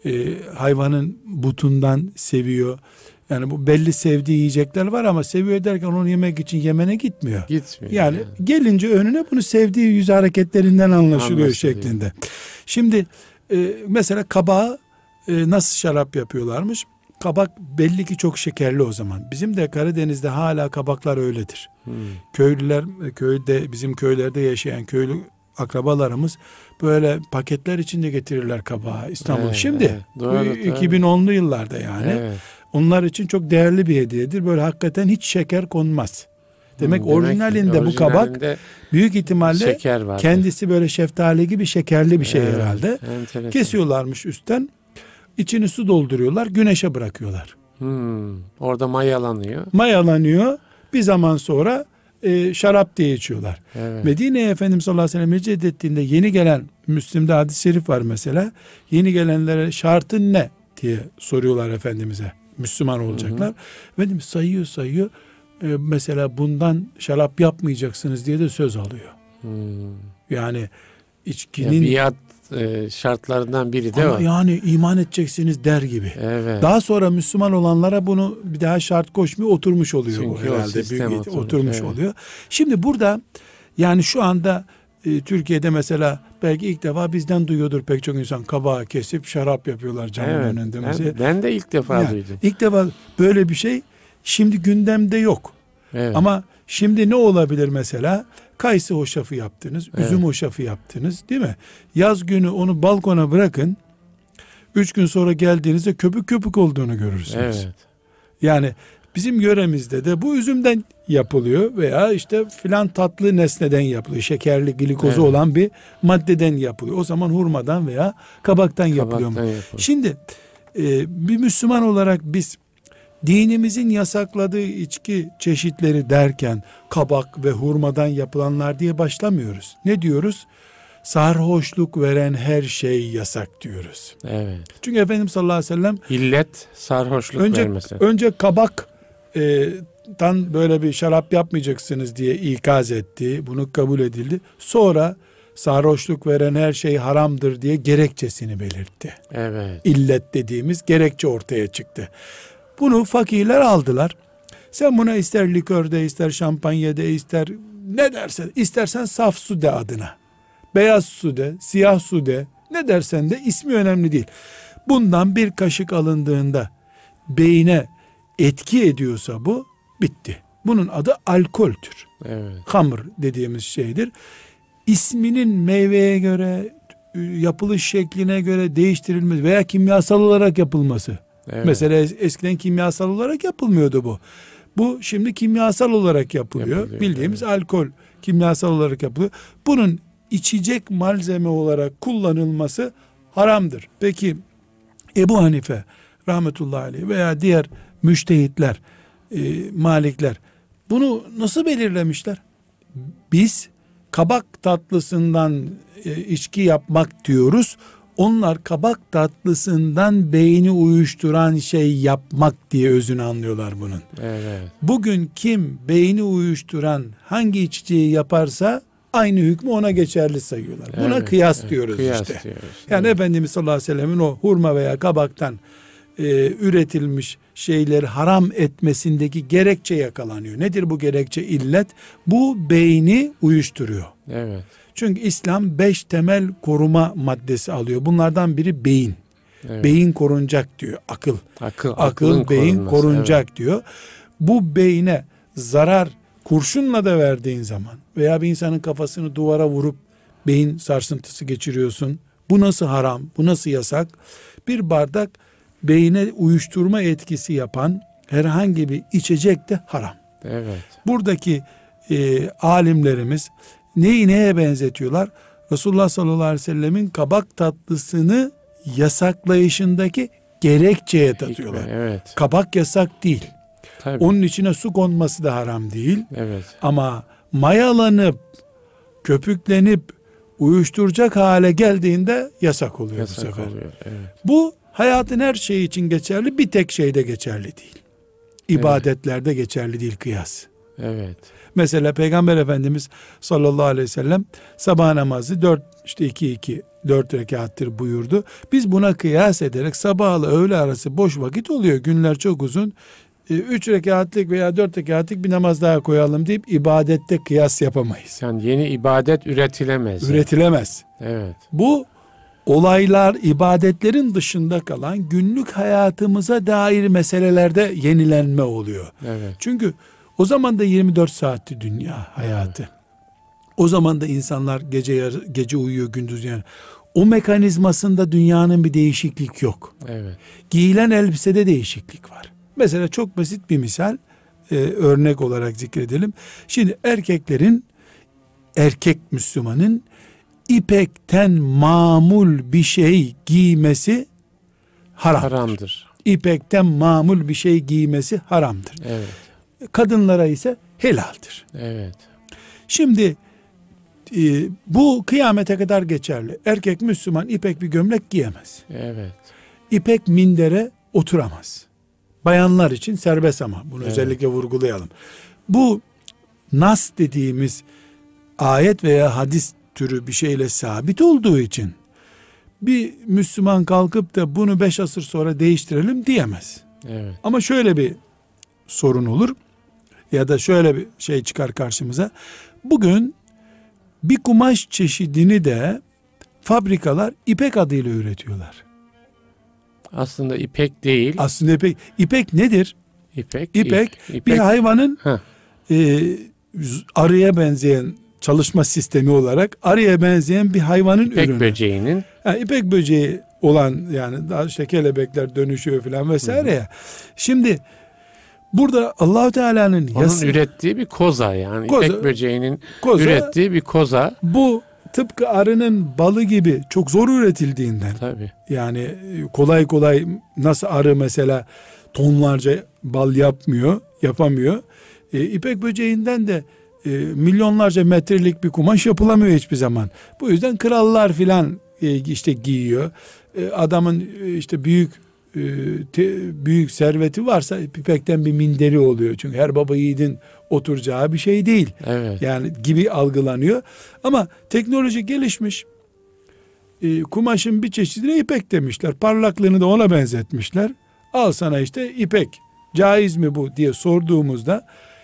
hayvanın butundan seviyor. Yani bu belli sevdiği yiyecekler var ama seviyor derken onu yemek için Yemen'e gitmiyor. Gitmiyor. Yani gelince önüne bunu sevdiği yüz hareketlerinden anlaşılıyor şeklinde. Şimdi mesela kabağı nasıl şarap yapıyorlarmış? Kabak belli ki çok şekerli o zaman. Bizim de Karadeniz'de hala kabaklar öyledir. Köylüler, bizim köylerde yaşayan köylü akrabalarımız böyle paketler içinde getirirler kabağı İstanbul. Evet, şimdi evet. Doğru, 2010'lu yıllarda yani. Evet. Onlar için çok değerli bir hediyedir. Böyle hakikaten hiç şeker konmaz. Demek orijinalinde bu kabak büyük ihtimalle kendisi böyle şeftali gibi şekerli bir şey herhalde. Enteresan. Kesiyorlarmış üstten. İçini su dolduruyorlar. Güneşe bırakıyorlar. Orada mayalanıyor. Mayalanıyor. Bir zaman sonra şarap diye içiyorlar. Evet. Medine'ye Efendimiz sallallahu aleyhi ve sellem hicret ettiğinde yeni gelen, Müslim'de hadis-i şerif var mesela. Yeni gelenlere şartın ne diye soruyorlar Efendimiz'e. Müslüman olacaklar. Efendimiz sayıyor. Mesela bundan şarap yapmayacaksınız diye de söz alıyor. Yani içkinin biat şartlarından biri de o. Yani iman edeceksiniz der gibi. Evet. Daha sonra Müslüman olanlara bunu bir daha şart koşmuyor, oturmuş oluyor. Çünkü herhalde oturmuş oluyor. Şimdi burada yani şu anda Türkiye'de mesela belki ilk defa bizden duyuyordur pek çok insan, kabağı kesip şarap yapıyorlar camın önünde. Ben de ilk defa duydum. İlk defa böyle bir şey şimdi gündemde yok. Evet. Ama şimdi ne olabilir mesela? Kayısı hoşafı yaptınız, üzüm hoşafı yaptınız değil mi? Yaz günü onu balkona bırakın, 3 gün sonra geldiğinizde köpük köpük olduğunu görürsünüz. Evet. Yani bizim yöremizde de bu üzümden yapılıyor veya işte filan tatlı nesneden yapılıyor. Şekerli glikozu olan bir maddeden yapılıyor. O zaman hurmadan veya kabaktan yapılıyor. Şimdi bir Müslüman olarak biz dinimizin yasakladığı içki çeşitleri derken kabak ve hurmadan yapılanlar diye başlamıyoruz. Ne diyoruz? Sarhoşluk veren her şey yasak diyoruz. Evet. Çünkü Efendimiz sallallahu aleyhi ve sellem illet sarhoşluk vermesi. Önce kabak tan böyle bir şarap yapmayacaksınız diye ikaz etti. Bunu kabul edildi. Sonra sarhoşluk veren her şey haramdır diye gerekçesini belirtti. Evet. İllet dediğimiz gerekçe ortaya çıktı. Bunu fakirler aldılar. Sen buna ister likörde, ister şampanyada, ister ne dersen, istersen saf su de adına. Beyaz su de, siyah su de, ne dersen de ismi önemli değil. Bundan bir kaşık alındığında beyine etki ediyorsa bu bitti. Bunun adı alkoldür. Evet. Hamr dediğimiz şeydir. İsminin meyveye göre, yapılış şekline göre değiştirilmesi veya kimyasal olarak yapılması. Evet. Mesela eskiden kimyasal olarak yapılmıyordu bu. Bu şimdi kimyasal olarak yapılıyor. Bildiğimiz alkol kimyasal olarak yapılıyor. Bunun içecek malzeme olarak kullanılması haramdır. Peki Ebu Hanife rahmetullahi aleyh veya diğer müştehitler, malikler bunu nasıl belirlemişler? Biz kabak tatlısından içki yapmak diyoruz. Onlar kabak tatlısından beyni uyuşturan şey yapmak diye özünü anlıyorlar bunun. Evet. Bugün kim beyni uyuşturan hangi içeceği yaparsa aynı hükmü ona geçerli sayıyorlar. Buna Evet, kıyas evet, diyoruz kıyas işte. diyoruz. Yani Evet. Efendimiz sallallahu aleyhi ve sellemin o hurma veya kabaktan üretilmiş şeyleri haram etmesindeki gerekçe yakalanıyor. Nedir bu gerekçe? İllet. Bu beyni uyuşturuyor. Evet. Çünkü İslam 5 temel koruma maddesi alıyor. Bunlardan biri beyin. Evet. Beyin korunacak diyor. Akıl, Aklın beyin korunması, korunacak evet. diyor. Bu beyine zarar kurşunla da verdiğin zaman veya bir insanın kafasını duvara vurup beyin sarsıntısı geçiriyorsun. Bu nasıl haram? Bu nasıl yasak? Bir bardak beyine uyuşturma etkisi yapan herhangi bir içecek de haram. Evet. Buradaki alimlerimiz neyi neye benzetiyorlar? Resulullah sallallahu aleyhi ve sellemin kabak tatlısını yasaklayışındaki gerekçeye tatıyorlar. Evet. Kabak yasak değil. Tabii. Onun içine su konması da haram değil. Evet. Ama mayalanıp, köpüklenip, uyuşturacak hale geldiğinde yasak oluyor Yasak bu sefer. oluyor. Evet. Bu hayatın her şeyi için geçerli, bir tek şeyde geçerli değil. İbadetlerde geçerli değil kıyas. Evet. Mesela Peygamber Efendimiz sallallahu aleyhi ve sellem sabah namazı 4 rekattır buyurdu. Biz buna kıyas ederek sabahla öğle arası boş vakit oluyor. Günler çok uzun. 3 rekatlik veya 4 rekatlik bir namaz daha koyalım deyip ibadette kıyas yapamayız. Yani yeni ibadet üretilemez. Üretilemez. Evet. Bu olaylar ibadetlerin dışında kalan günlük hayatımıza dair meselelerde yenilenme oluyor. Evet. Çünkü o zaman da 24 saatti dünya hayatı. Evet. O zaman da insanlar gece uyuyor, gündüz yani. O mekanizmasında dünyanın bir değişiklik yok. Evet. Giyilen elbisede değişiklik var. Mesela çok basit bir misal örnek olarak zikredelim. Şimdi erkek Müslümanın ipekten mamul bir şey giymesi haramdır. İpekten mamul bir şey giymesi haramdır. Evet. Kadınlara ise helaldir. Evet. Şimdi bu kıyamete kadar geçerli. Erkek Müslüman ipek bir gömlek giyemez. Evet. İpek mindere oturamaz. Bayanlar için serbest ama bunu Evet. özellikle vurgulayalım. Bu nas dediğimiz ayet veya hadis türü bir şeyle sabit olduğu için bir Müslüman kalkıp da bunu 5 asır sonra değiştirelim diyemez. Evet. Ama şöyle bir sorun olur ya da şöyle bir şey çıkar karşımıza. Bugün bir kumaş çeşidini de fabrikalar ipek adıyla üretiyorlar. Aslında ipek değil. Aslında ipek nedir? İpek Bir hayvanın arıya benzeyen çalışma sistemi olarak arıya benzeyen bir hayvanın İpek ürünü. böceğinin. Yani ipek böceği olan yani daha işte kelebekler dönüşüyor filan vesaire ya. Şimdi burada Allah-u Teala'nın onun ürettiği bir koza yani ipek böceğinin ürettiği bir koza. Bu tıpkı arının balı gibi çok zor üretildiğinden. Tabii. Yani kolay kolay nasıl arı mesela tonlarca bal yapamıyor. İpek böceğinden de milyonlarca metrelik bir kumaş yapılamıyor hiçbir zaman. Bu yüzden krallar filan işte giyiyor. Adamın işte büyük büyük serveti varsa ipekten bir minderi oluyor. Çünkü her baba yiğidin oturacağı bir şey değil. Evet. Yani gibi algılanıyor. Ama teknoloji gelişmiş. Kumaşın bir çeşidine ipek demişler. Parlaklığını da ona benzetmişler. Al sana işte ipek. Caiz mi bu diye sorduğumuzda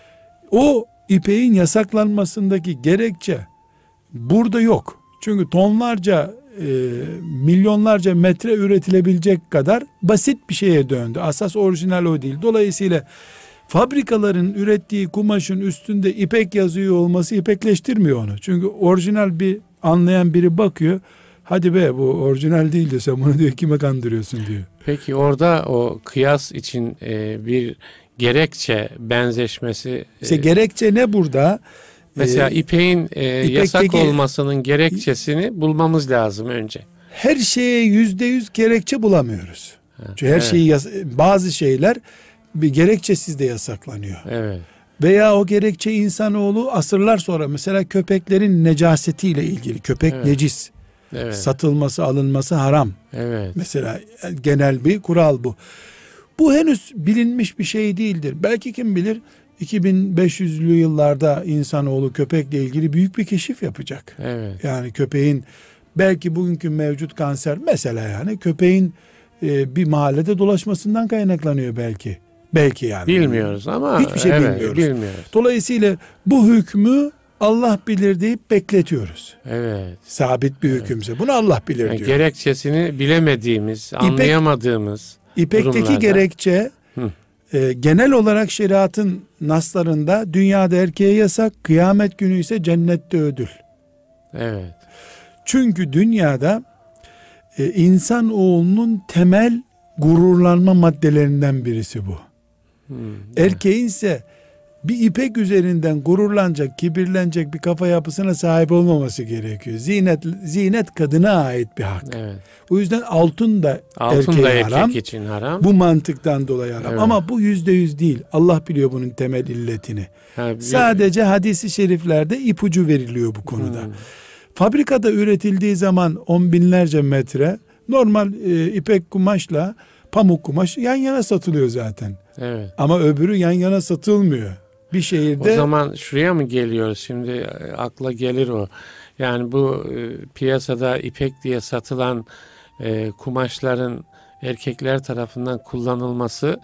o ipeğin yasaklanmasındaki gerekçe burada yok. Çünkü tonlarca, milyonlarca metre üretilebilecek kadar basit bir şeye döndü. Asas orijinal o değil. Dolayısıyla fabrikaların ürettiği kumaşın üstünde ipek yazıyor olması ipekleştirmiyor onu. Çünkü orijinal bir anlayan biri bakıyor. Hadi be, bu orijinal değil de sen bunu diyor kime kandırıyorsun diyor. Peki orada o kıyas için bir gerekçe benzeşmesi. İşte gerekçe ne burada? Mesela ipeğin yasak olmasının gerekçesini bulmamız lazım önce. Her şeye %100 gerekçe bulamıyoruz. Çünkü her şeyi bazı şeyler bir gerekçesiz de yasaklanıyor. Evet. Veya o gerekçe insanoğlu asırlar sonra mesela köpeklerin necasetiyle ilgili, köpek necis. Evet. Satılması, alınması haram. Evet. Mesela genel bir kural bu. Bu henüz bilinmiş bir şey değildir. Belki kim bilir 2500'lü yıllarda insanoğlu köpekle ilgili büyük bir keşif yapacak. Evet. Yani köpeğin belki bugünkü mevcut kanser mesela yani köpeğin bir mahallede dolaşmasından kaynaklanıyor belki. Belki yani. Bilmiyoruz ama hiçbir şey bilmiyoruz. Dolayısıyla bu hükmü Allah bilir deyip bekletiyoruz. Evet. Sabit bir hükümse. Bunu Allah bilir diyor. Gerekçesini bilemediğimiz, anlayamadığımız İpekteki durumlarda. gerekçe genel olarak şeriatın naslarında dünyada erkeğe yasak, kıyamet günü ise cennette ödül. Evet. Çünkü dünyada insan oğlunun temel gururlanma maddelerinden birisi bu. Erkeğin ise bir ipek üzerinden gururlanacak, kibirlenecek bir kafa yapısına sahip olmaması gerekiyor. Zinet kadına ait bir hak. Evet. O yüzden altın da erkek haram. için haram. Bu mantıktan dolayı haram. Evet. Ama bu %100 değil. Allah biliyor bunun temel illetini. Sadece hadis-i şeriflerde ipucu veriliyor bu konuda. Fabrikada üretildiği zaman 10 binlerce metre normal ipek kumaşla pamuk kumaş yan yana satılıyor zaten. Evet. Ama öbürü yan yana satılmıyor. Bir şehirde. O zaman şuraya mı geliyoruz? Şimdi akla gelir o. Yani bu piyasada ipek diye satılan kumaşların erkekler tarafından kullanılması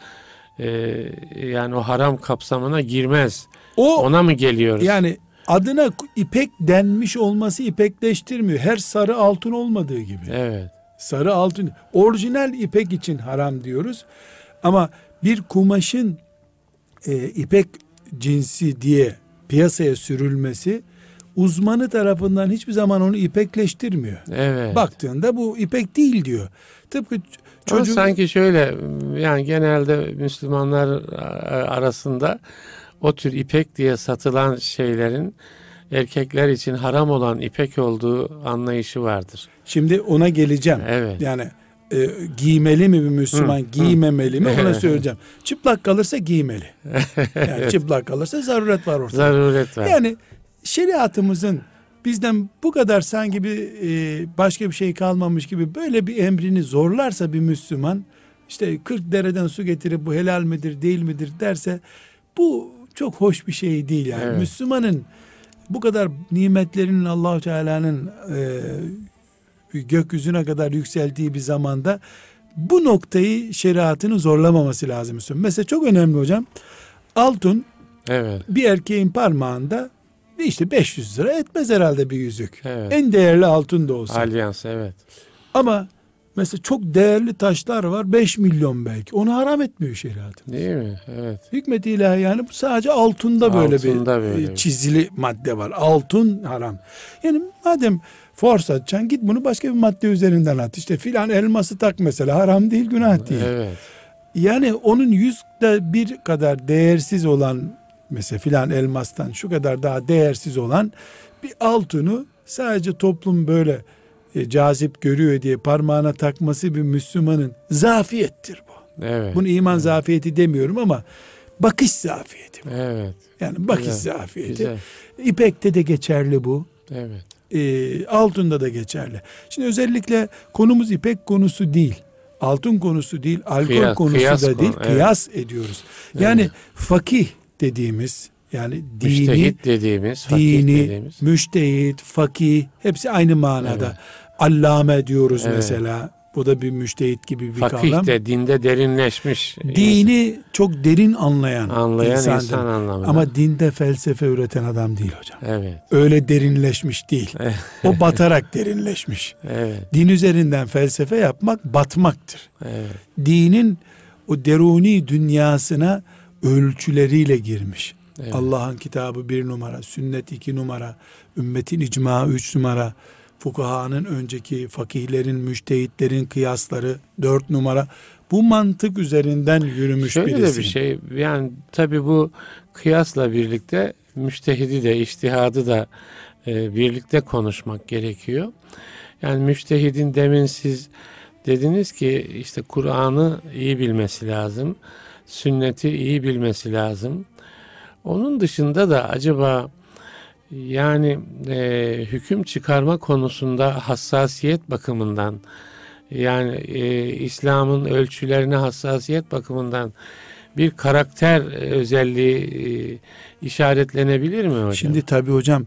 yani o haram kapsamına girmez. Ona mı geliyoruz? Yani adına ipek denmiş olması ipekleştirmiyor. Her sarı altın olmadığı gibi. Evet. Sarı altın. Orijinal ipek için haram diyoruz. Ama bir kumaşın ipek cinsi diye piyasaya sürülmesi uzmanı tarafından hiçbir zaman onu ipekleştirmiyor. Evet. Baktığında bu ipek değil diyor. Tıpkı çocuk... Sanki şöyle yani genelde Müslümanlar arasında o tür ipek diye satılan şeylerin erkekler için haram olan ipek olduğu anlayışı vardır. Şimdi ona geleceğim. Evet. Yani giymeli mi bir Müslüman, giymemeli mi ona söyleyeceğim. Çıplak kalırsa giymeli. Yani çıplak kalırsa zaruret var ortada. Zaruret var. Yani şeriatımızın bizden bu kadar sanki bir başka bir şey kalmamış gibi böyle bir emrini zorlarsa bir Müslüman, işte 40 dereden su getirip bu helal midir değil midir derse, bu çok hoş bir şey değil yani. Evet. Müslümanın bu kadar nimetlerinin Allah-u Teala'nın gökyüzüne kadar yükseldiği bir zamanda bu noktayı şeriatını zorlamaması lazım. Mesela çok önemli hocam, altın bir erkeğin parmağında işte 500 lira etmez herhalde bir yüzük. Evet. En değerli altın da olsa. Alyans, evet. Ama mesela çok değerli taşlar var, 5 milyon belki. Onu haram etmiyor şeriatımız. Değil mi? Evet. Hikmet-i ilahi yani bu sadece altında böyle çizili madde var. Altın haram. Yani madem force atacaksın, git bunu başka bir madde üzerinden at. İşte filan elması tak mesela, haram değil, günah değil. Evet. Yani onun 100'de 1 kadar değersiz olan, mesela filan elmastan şu kadar daha değersiz olan bir altını sadece toplum böyle cazip görüyor diye parmağına takması bir Müslümanın zafiyettir bu. Evet. Bunu iman zafiyeti demiyorum ama bakış zafiyeti bu. Evet. Yani bakış zafiyeti. Güzel. İpekte de geçerli bu. Evet. Altında da geçerli. Şimdi özellikle konumuz ipek konusu değil. altın konusu değil, alkol konusu kıyas da değil, konu, kıyas ediyoruz. Yani Evet. fakih dediğimiz, yani Müştehit dediğimiz, fakih dini, dediğimiz. müştehit, fakih hepsi aynı manada. Evet. Allame diyoruz Evet. mesela. Bu da bir müştehit gibi bir Fakih kavram. de dinde derinleşmiş. Dini çok derin anlayan insan insandır. anlamında. Ama dinde felsefe üreten adam değil hocam. Evet. Öyle derinleşmiş değil. O batarak derinleşmiş. Evet. Din üzerinden felsefe yapmak batmaktır. Evet. Dinin o deruni dünyasına ölçüleriyle girmiş. Evet. Allah'ın kitabı 1 numara, sünnet 2 numara, ümmetin icmaı 3 numara, fukahanın önceki fakihlerin, müştehitlerin kıyasları 4 numara. Bu mantık üzerinden yürümüş Şöyle birisi. de bir şey, yani tabii bu kıyasla birlikte müştehidi de içtihadı da birlikte konuşmak gerekiyor. Yani müştehidin, demin siz dediniz ki işte Kur'an'ı iyi bilmesi lazım, sünneti iyi bilmesi lazım. Onun dışında da acaba yani hüküm çıkarma konusunda hassasiyet bakımından, yani İslam'ın ölçülerine hassasiyet bakımından bir karakter özelliği işaretlenebilir mi hocam? Şimdi tabii hocam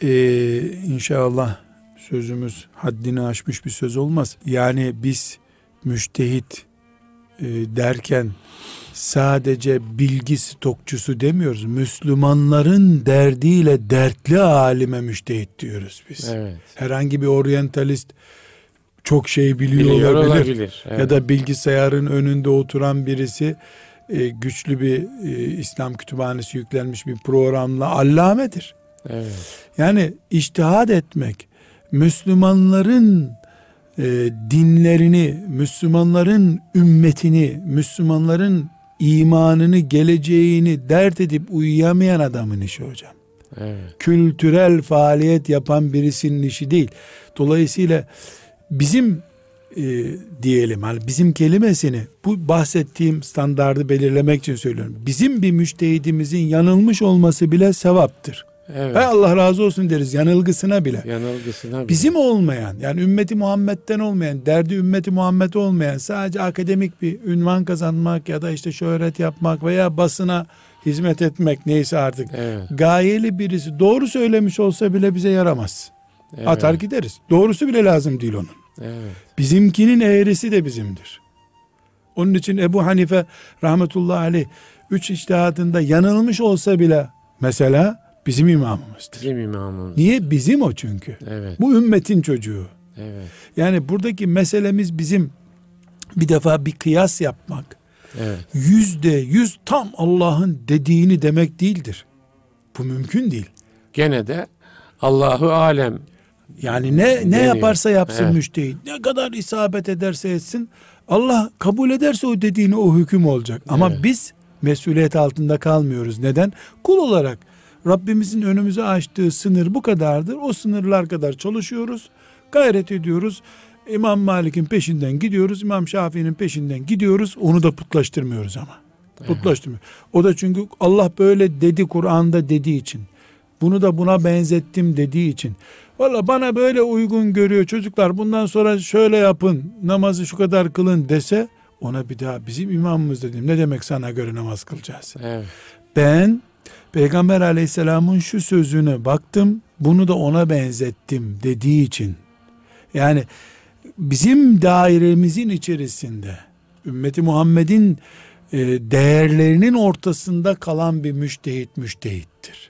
inşallah sözümüz haddini aşmış bir söz olmaz. Yani biz müştehit derken sadece bilgi stokçusu demiyoruz. Müslümanların derdiyle dertli alime müştehit diyoruz biz. Evet. Herhangi bir oryantalist çok şey biliyor olabilir. Evet. Ya da bilgisayarın önünde oturan birisi güçlü bir İslam kütüphanesi yüklenmiş bir programla allamedir. Evet. Yani içtihat etmek, Müslümanların dinlerini, Müslümanların ümmetini, Müslümanların imanını, geleceğini dert edip uyuyamayan adamın işi hocam. Evet. Kültürel faaliyet yapan birisinin işi değil. Dolayısıyla bizim diyelim, hani bizim kelimesini bu bahsettiğim standardı belirlemek için söylüyorum. Bizim bir müştehidimizin yanılmış olması bile sevaptır. Evet. Hay Allah razı olsun deriz yanılgısına bile. Yanılgısına bile. Bizim olmayan, yani ümmeti Muhammed'den olmayan, derdi ümmeti Muhammed olmayan, sadece akademik bir ünvan kazanmak ya da işte şöhret yapmak veya basına hizmet etmek, neyse artık. Evet. Gayeli birisi doğru söylemiş olsa bile bize yaramaz. Evet. Atar gideriz. Doğrusu bile lazım değil onun. Evet. Bizimkinin eğrisi de bizimdir. Onun için Ebu Hanife rahmetullahi aleyh 3 içtihadında yanılmış olsa bile mesela bizim imamımızdır. Bizim imamımız. Niye? Bizim o çünkü. Evet. Bu ümmetin çocuğu. Evet. Yani buradaki meselemiz bizim bir defa bir kıyas yapmak. Evet. %100 tam Allah'ın dediğini demek değildir. Bu mümkün değil. Gene de Allahu alem. Yani ne Deniyor. yaparsa yapsın Evet. müştehit, ne kadar isabet ederse etsin, Allah kabul ederse o dediğini o hüküm olacak. Ama Evet. biz mesuliyet altında kalmıyoruz. Neden? Kul olarak Rabbimizin önümüze açtığı sınır bu kadardır. O sınırlar kadar çalışıyoruz, gayret ediyoruz. İmam Malik'in peşinden gidiyoruz, İmam Şafii'nin peşinden gidiyoruz. Onu da putlaştırmıyoruz ama. Putlaştırmıyor. O da çünkü Allah böyle dedi Kur'an'da dediği için. Bunu da buna benzettim dediği için. Valla bana böyle uygun görüyor çocuklar, bundan sonra şöyle yapın, namazı şu kadar kılın dese, ona bir daha bizim imamımız dedim. Ne demek sana göre namaz kılacağız? Evet. Ben Peygamber aleyhisselamın şu sözüne baktım, bunu da ona benzettim dediği için. Yani bizim dairemizin içerisinde ümmeti Muhammed'in değerlerinin ortasında kalan bir müştehittir.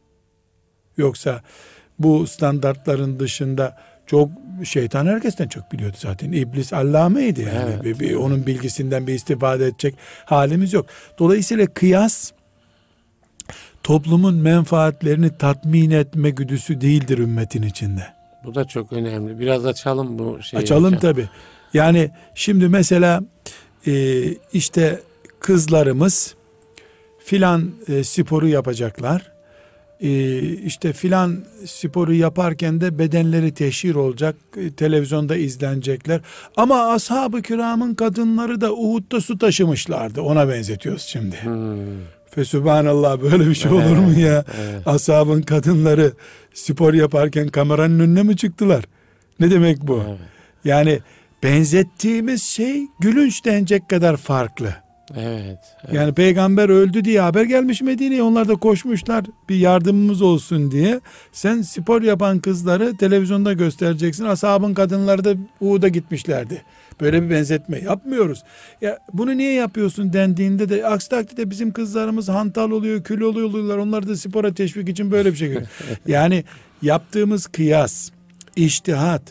Yoksa bu standartların dışında çok, şeytan herkesten çok biliyordu zaten. İblis allameydi yani. Evet. Onun bilgisinden bir istifade edecek halimiz yok. Dolayısıyla kıyas toplumun menfaatlerini tatmin etme güdüsü değildir ümmetin içinde. Bu da çok önemli. Biraz açalım bu şeyi. Açalım hocam. tabii. Yani şimdi mesela işte kızlarımız filan sporu yapacaklar. İşte filan sporu yaparken de bedenleri teşhir olacak, televizyonda izlenecekler. Ama ashab-ı kiramın kadınları da Uhud'da su taşımışlardı. Ona benzetiyoruz şimdi. Fesubhanallah, böyle bir şey olur mu ya? Evet. Ashabın kadınları spor yaparken kameranın önüne mi çıktılar? Ne demek bu? Evet. Yani benzettiğimiz şey gülünç denecek kadar farklı. Evet, evet. Yani peygamber öldü diye haber gelmiş Medine'ye, onlar da koşmuşlar bir yardımımız olsun diye. Sen spor yapan kızları televizyonda göstereceksin, ashabın kadınları da Uhud'a gitmişlerdi. Böyle bir benzetme yapmıyoruz. Ya bunu niye yapıyorsun dendiğinde de aksi takdirde bizim kızlarımız hantal oluyor, kül oluyorlar, onları da spora teşvik için böyle bir şey görüyor. Yani yaptığımız kıyas, içtihat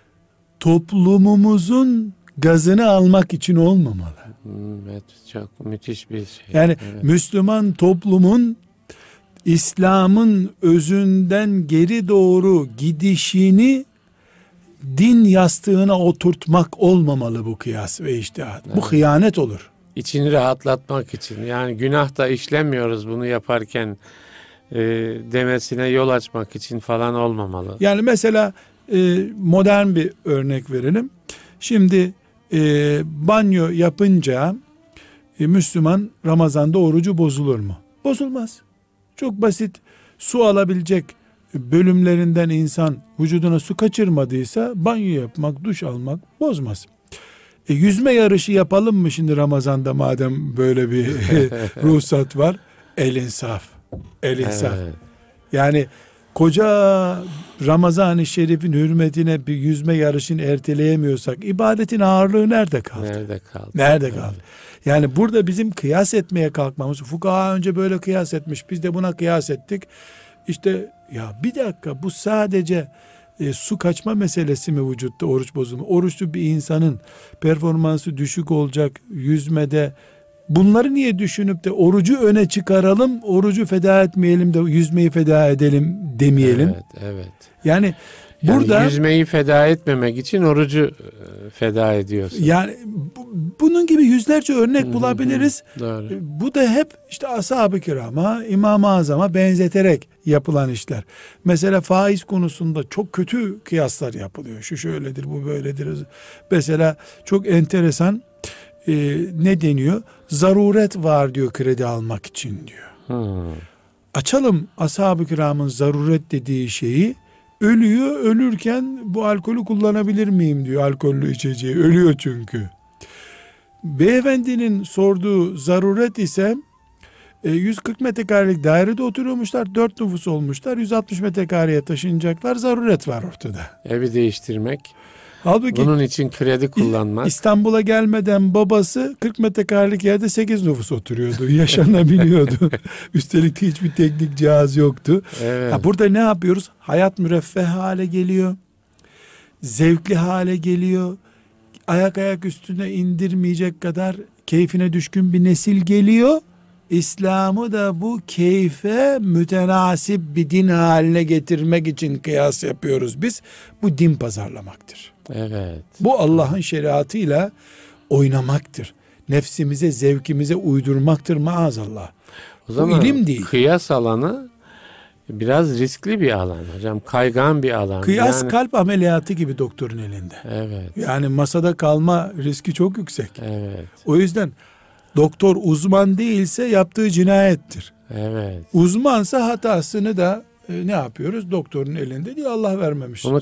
toplumumuzun gazını almak için olmamalı. Evet, çok müthiş bir şey. Yani evet. Müslüman toplumun İslam'ın özünden geri doğru gidişini din yastığına oturtmak olmamalı bu kıyas ve içtihat. Evet. Bu hıyanet olur. İçini rahatlatmak için, yani günah da işlemiyoruz bunu yaparken demesine yol açmak için falan olmamalı. Yani mesela modern bir örnek verelim. Şimdi banyo yapınca Müslüman Ramazan'da orucu bozulur mu? Bozulmaz. Çok basit, su alabilecek bölümlerinden insan vücuduna su kaçırmadıysa banyo yapmak, duş almak bozmaz. Yüzme yarışı yapalım mı şimdi Ramazan'da madem böyle bir ruhsat var? El insaf. El insaf. Evet. Yani koca Ramazan-ı Şerif'in hürmetine bir yüzme yarışını erteleyemiyorsak ibadetin ağırlığı nerede kaldı? Nerede kaldı? Nerede kaldı? Yani burada bizim kıyas etmeye kalkmamız, fukaha önce böyle kıyas etmiş, biz de buna kıyas ettik. İşte ya bir dakika, bu sadece su kaçma meselesi mi vücutta oruç bozulma? Oruçlu bir insanın performansı düşük olacak yüzmede. Bunları niye düşünüp de orucu öne çıkaralım, orucu feda etmeyelim de yüzmeyi feda edelim demeyelim. Evet, evet. Yani burada yüzmeyi feda etmemek için orucu feda ediyorsun. Yani bunun gibi yüzlerce örnek bulabiliriz. Doğru. Bu da hep işte ashab-ı kirama, İmam-ı Azam'a benzeterek yapılan işler. Mesela faiz konusunda çok kötü kıyaslar yapılıyor. Şu şöyledir, bu böyledir. Mesela çok enteresan ne deniyor? Zaruret var diyor kredi almak için diyor. Açalım ashab-ı kiramın zaruret dediği şeyi. Ölüyor, ölürken bu alkolü kullanabilir miyim diyor, alkollü içeceği. Ölüyor çünkü. Beyefendinin sorduğu zaruret ise 140 metrekarelik dairede oturuyormuşlar, 4 nüfus olmuşlar, 160 metrekareye taşınacaklar, zaruret var ortada. Evi değiştirmek. Halbuki bunun için kredi kullanmak. İstanbul'a gelmeden babası 40 metrekarelik yerde 8 nüfus oturuyordu. Yaşanabiliyordu. Üstelik de hiçbir teknik cihaz yoktu. Evet. Burada ne yapıyoruz? Hayat müreffeh hale geliyor. Zevkli hale geliyor. Ayak üstüne indirmeyecek kadar keyfine düşkün bir nesil geliyor. İslam'ı da bu keyfe mütenasip bir din haline getirmek için kıyas yapıyoruz biz. Bu din pazarlamaktır. Evet. Bu Allah'ın şeriatıyla oynamaktır. Nefsimize, zevkimize uydurmaktır maazallah. O zaman bu ilim değil. Kıyas alanı biraz riskli bir alan hocam. Kaygan bir alan. Kıyas kalp ameliyatı gibi doktorun elinde. Evet. Yani masada kalma riski çok yüksek. Evet. O yüzden doktor uzman değilse yaptığı cinayettir. Evet. Uzmansa hatasını da ne yapıyoruz? Doktorun elinde diye Allah vermemiş. Bunu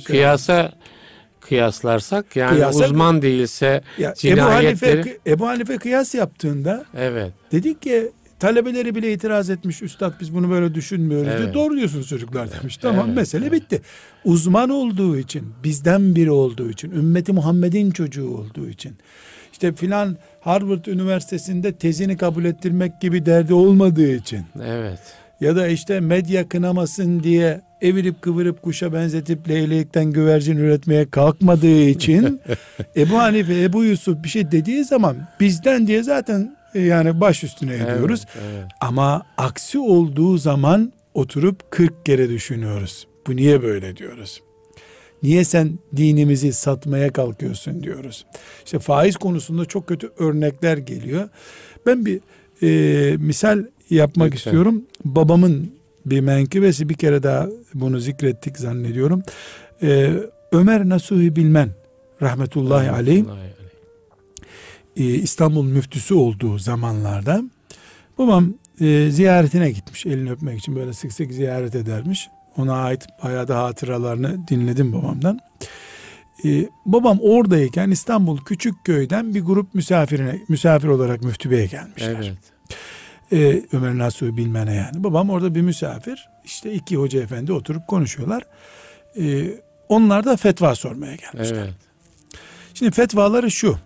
kıyaslarsak yani kıyasa, uzman değilse cinayetleri. Ebu Hanife kıyas yaptığında evet. dedik ki talebeleri bile itiraz etmiş, üstad biz bunu böyle düşünmüyoruz diye. Doğru diyorsunuz çocuklar demiş. Tamam, mesele bitti. Uzman olduğu için, bizden biri olduğu için, ümmeti Muhammed'in çocuğu olduğu için, işte filan Harvard Üniversitesi'nde tezini kabul ettirmek gibi derdi olmadığı için. Evet. Ya da işte medya kınamasın diye evirip kıvırıp kuşa benzetip leylekten güvercin üretmeye kalkmadığı için Ebu Hanife, Ebu Yusuf bir şey dediği zaman bizden diye zaten yani baş üstüne ediyoruz. Evet. Ama aksi olduğu zaman oturup 40 kere düşünüyoruz. Bu niye böyle diyoruz? Niye sen dinimizi satmaya kalkıyorsun diyoruz. İşte faiz konusunda çok kötü örnekler geliyor. Ben bir misal yapmak istiyorum. Babamın bir menkıbesi, bir kere daha bunu zikrettik zannediyorum. Ömer Nasuhi Bilmen rahmetullahi aleyh İstanbul müftüsü olduğu zamanlarda babam ziyaretine gitmiş, elini öpmek için, böyle sık sık ziyaret edermiş. Ona ait bayağı da hatıralarını dinledim babamdan. Babam oradayken İstanbul Küçükköy'den bir grup misafir olarak Müftü Bey'e gelmişler. Evet. Ömer Nasuhi Bilmen'e yani. Babam orada bir misafir. İşte iki hoca efendi oturup konuşuyorlar. Onlar da fetva sormaya gelmişler. Evet. Şimdi fetvaları şu.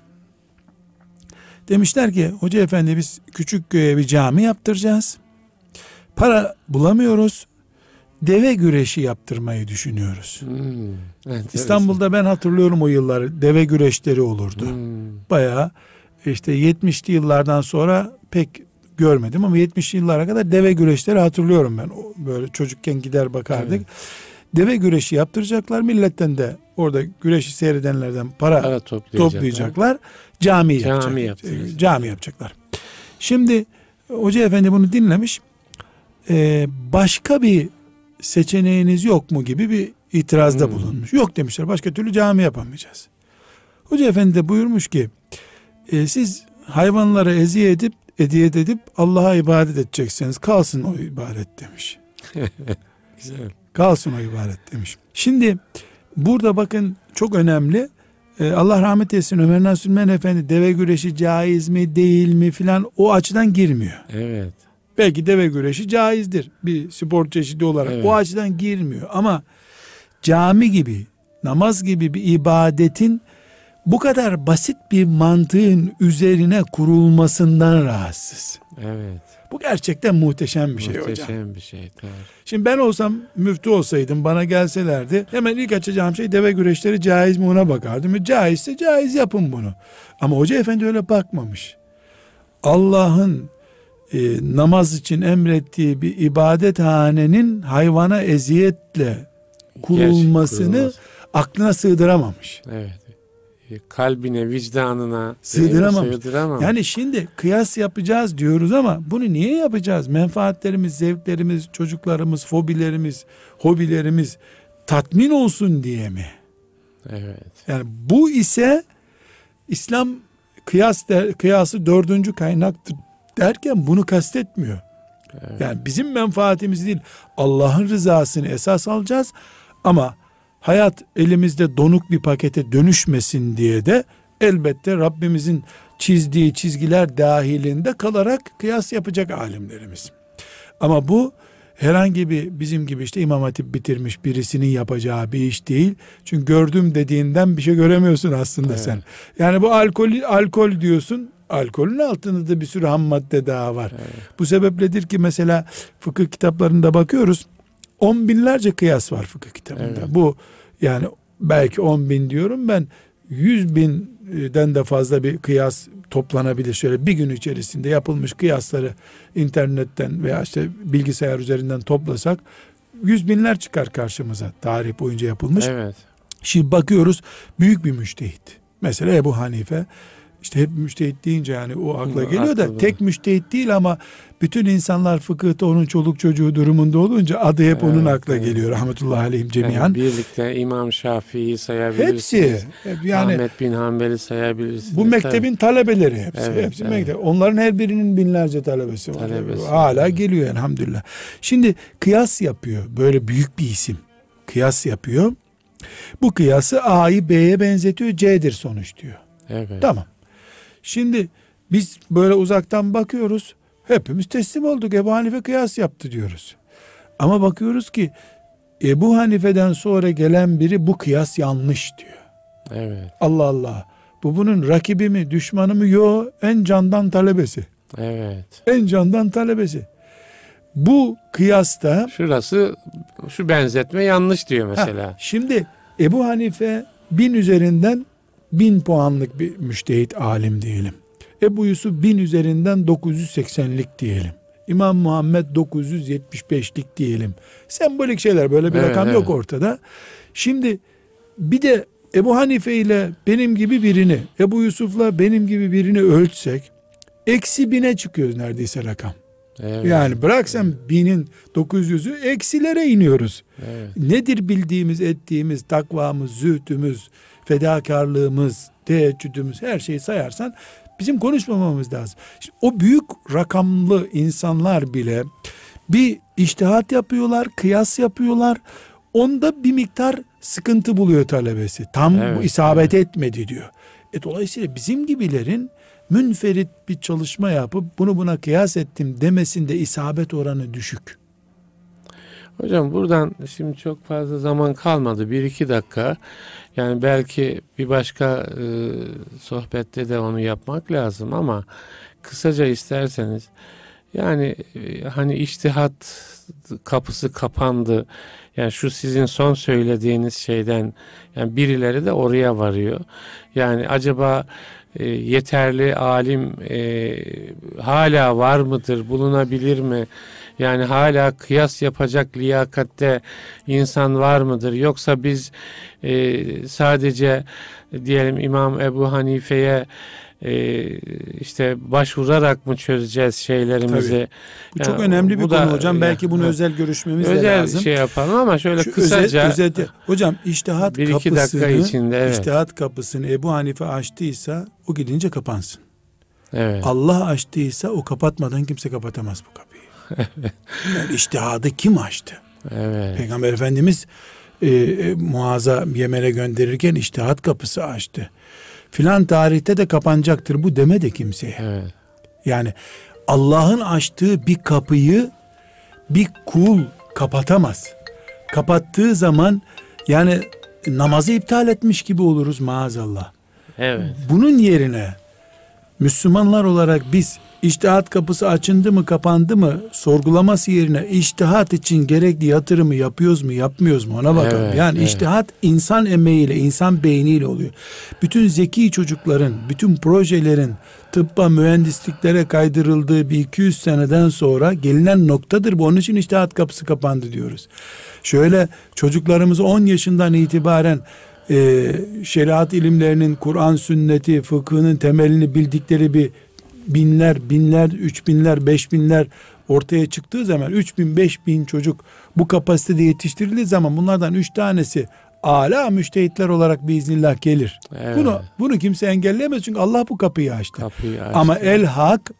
Demişler ki hoca efendi biz Küçükköy'e bir cami yaptıracağız. Para bulamıyoruz. Deve güreşi yaptırmayı düşünüyoruz. İstanbul'da ben hatırlıyorum o yılları. Deve güreşleri olurdu. Bayağı işte 70'li yıllardan sonra pek görmedim ama 70'li yıllara kadar deve güreşleri hatırlıyorum ben. Böyle çocukken gider bakardık. Evet. Deve güreşi yaptıracaklar. Milletten de orada güreşi seyredenlerden para toplayacaklar. Cami yapacaklar. Şimdi hoca efendi bunu dinlemiş. Başka bir seçeneğiniz yok mu gibi bir itirazda bulunmuş. Yok demişler. Başka türlü cami yapamayacağız. Hoca efendi de buyurmuş ki siz hayvanlara eziyet edip Allah'a ibadet edecekseniz kalsın o ibadet demiş. Güzel. Kalsın o ibadet demiş. Şimdi burada bakın çok önemli. Allah rahmet etsin Ömer Nasuhi Bilmen Efendi deve güreşi caiz mi değil mi filan o açıdan girmiyor. Evet. Belki deve güreşi caizdir bir spor çeşidi olarak. Evet. O açıdan girmiyor ama cami gibi, namaz gibi bir ibadetin bu kadar basit bir mantığın üzerine kurulmasından rahatsız. Evet. Bu gerçekten muhteşem bir şey hocam. Muhteşem bir şey. Tabii. Şimdi ben olsam müftü olsaydım bana gelselerdi hemen ilk açacağım şey deve güreşleri caiz mi ona bakardım. Caizse caiz yapın bunu. Ama hoca efendi öyle bakmamış. Allah'ın namaz için emrettiği bir ibadethanenin hayvana eziyetle kurulmasını aklına sığdıramamış. Evet. Kalbine, vicdanına sığdıramamış. Yani şimdi kıyas yapacağız diyoruz ama bunu niye yapacağız? Menfaatlerimiz, zevklerimiz, çocuklarımız, fobilerimiz, hobilerimiz tatmin olsun diye mi? Evet. Yani bu ise İslam kıyası dördüncü kaynaktır derken bunu kastetmiyor. Evet. Yani bizim menfaatimiz değil, Allah'ın rızasını esas alacağız ama hayat elimizde donuk bir pakete dönüşmesin diye de elbette Rabbimizin çizdiği çizgiler dahilinde kalarak kıyas yapacak alimlerimiz. Ama bu herhangi bir bizim gibi işte İmam Hatip bitirmiş birisinin yapacağı bir iş değil. Çünkü gördüm dediğinden bir şey göremiyorsun aslında sen. Yani bu alkol diyorsun. Alkolün altında da bir sürü ham madde daha var. Evet. Bu sebepledir ki mesela fıkıh kitaplarında bakıyoruz. 10 binlerce kıyas var fıkıh kitabında. Evet. Bu yani belki 10 bin diyorum ben 100 binden de fazla bir kıyas toplanabilir. Şöyle bir gün içerisinde yapılmış kıyasları internetten veya işte bilgisayar üzerinden toplasak 100 binler çıkar karşımıza tarih boyunca yapılmış. Evet. Şimdi bakıyoruz büyük bir müştehit. Mesela Ebu Hanife işte hep müştehit deyince yani o akla geliyor da tek müştehit değil ama bütün insanlar fıkıhta onun çoluk çocuğu durumunda olunca adı hep onun akla geliyor rahmetullahi aleyhim cemiyan. Yani birlikte İmam Şafii'yi sayabilirsiniz. Hepsi. Yani Ahmet bin Hanbel'i sayabilirsiniz. Bu mektebin talebeleri hepsi. Evet, hepsi mektep. Onların her birinin binlerce talebesi var. Hala geliyor elhamdülillah. Şimdi kıyas yapıyor. Böyle büyük bir isim. Kıyas yapıyor. Bu kıyası A'yı B'ye benzetiyor. C'dir sonuç diyor. Evet. Tamam. Şimdi biz böyle uzaktan bakıyoruz. Hepimiz teslim olduk. Ebu Hanife kıyas yaptı diyoruz. Ama bakıyoruz ki Ebu Hanife'den sonra gelen biri bu kıyas yanlış diyor. Evet. Allah Allah. Bu bunun rakibi mi, düşmanı mı? Yok. En candan talebesi. Evet. En candan talebesi. Bu kıyasta şu benzetme yanlış diyor mesela. Şimdi Ebu Hanife 1000 üzerinden 1000 puanlık bir müştehit alim diyelim. Ebu Yusuf 1000 üzerinden 980'lik diyelim. İmam Muhammed 975'lik diyelim. Sembolik şeyler, böyle bir rakam yok ortada. Şimdi bir de Ebu Hanife ile benim gibi birini, Ebu Yusuf'la benim gibi birini ölçsek -1000'e çıkıyoruz neredeyse rakam. Evet. Yani bırak sen 1000'in 900'ü eksilere iniyoruz. Evet. Nedir bildiğimiz, ettiğimiz, takvamız, zühdümüz, fedakarlığımız, teheccüdümüz, her şeyi sayarsan bizim konuşmamamız lazım. İşte o büyük rakamlı insanlar bile bir içtihat yapıyorlar, kıyas yapıyorlar. onda bir miktar sıkıntı buluyor talebesi. Tam bu isabet etmedi diyor. Dolayısıyla bizim gibilerin münferit bir çalışma yapıp bunu buna kıyas ettim demesinde isabet oranı düşük. Hocam buradan şimdi çok fazla zaman kalmadı. 1-2 dakika. Yani belki bir başka sohbette de onu yapmak lazım ama kısaca isterseniz yani hani içtihat kapısı kapandı. Yani şu sizin son söylediğiniz şeyden yani birileri de oraya varıyor. Yani acaba yeterli alim hala var mıdır? Bulunabilir mi? Yani hala kıyas yapacak liyakatte insan var mıdır? Yoksa biz sadece diyelim İmam Ebu Hanife'ye işte başvurarak mı çözeceğiz şeylerimizi? Tabii. Bu yani çok önemli bir konu hocam. Belki bunu özel görüşmemiz de lazım. Özel şey yapalım ama şöyle şu kısaca. Özet, hocam içtihat kapısını, içinde, içtihat kapısını Ebu Hanife açtıysa o gidince kapansın. Evet. Allah açtıysa o kapatmadan kimse kapatamaz bu kapıyı. Yani içtihadı kim açtı? Evet. Peygamber Efendimiz Muaz'a Yemen'e gönderirken içtihat kapısı açtı. Filan tarihte de kapanacaktır bu demedi kimseye. Evet. Yani Allah'ın açtığı bir kapıyı bir kul kapatamaz. Kapattığı zaman yani namazı iptal etmiş gibi oluruz maazallah. Evet. Bunun yerine Müslümanlar olarak biz içtihat kapısı açıldı mı kapandı mı sorgulaması yerine içtihat için gerekli yatırımı yapıyoruz mu yapmıyoruz mu ona bakalım. Evet, yani içtihat insan emeğiyle, insan beyniyle oluyor. Bütün zeki çocukların, bütün projelerin tıbba, mühendisliklere kaydırıldığı bir 200 seneden sonra gelinen noktadır bu. Onun için içtihat kapısı kapandı diyoruz. Şöyle çocuklarımızı 10 yaşından itibaren şeriat ilimlerinin, Kur'an, sünneti, fıkhının temelini bildikleri bir binler, 3000'ler, 5000'ler ortaya çıktığı zaman 3000, 5000 çocuk bu kapasitede yetiştirildiği zaman bunlardan 3 tanesi âlâ müştehitler olarak biiznillah gelir. Evet. Bunu kimse engelleyemez çünkü Allah bu kapıyı açtı. Kapıyı açtı. Ama el hak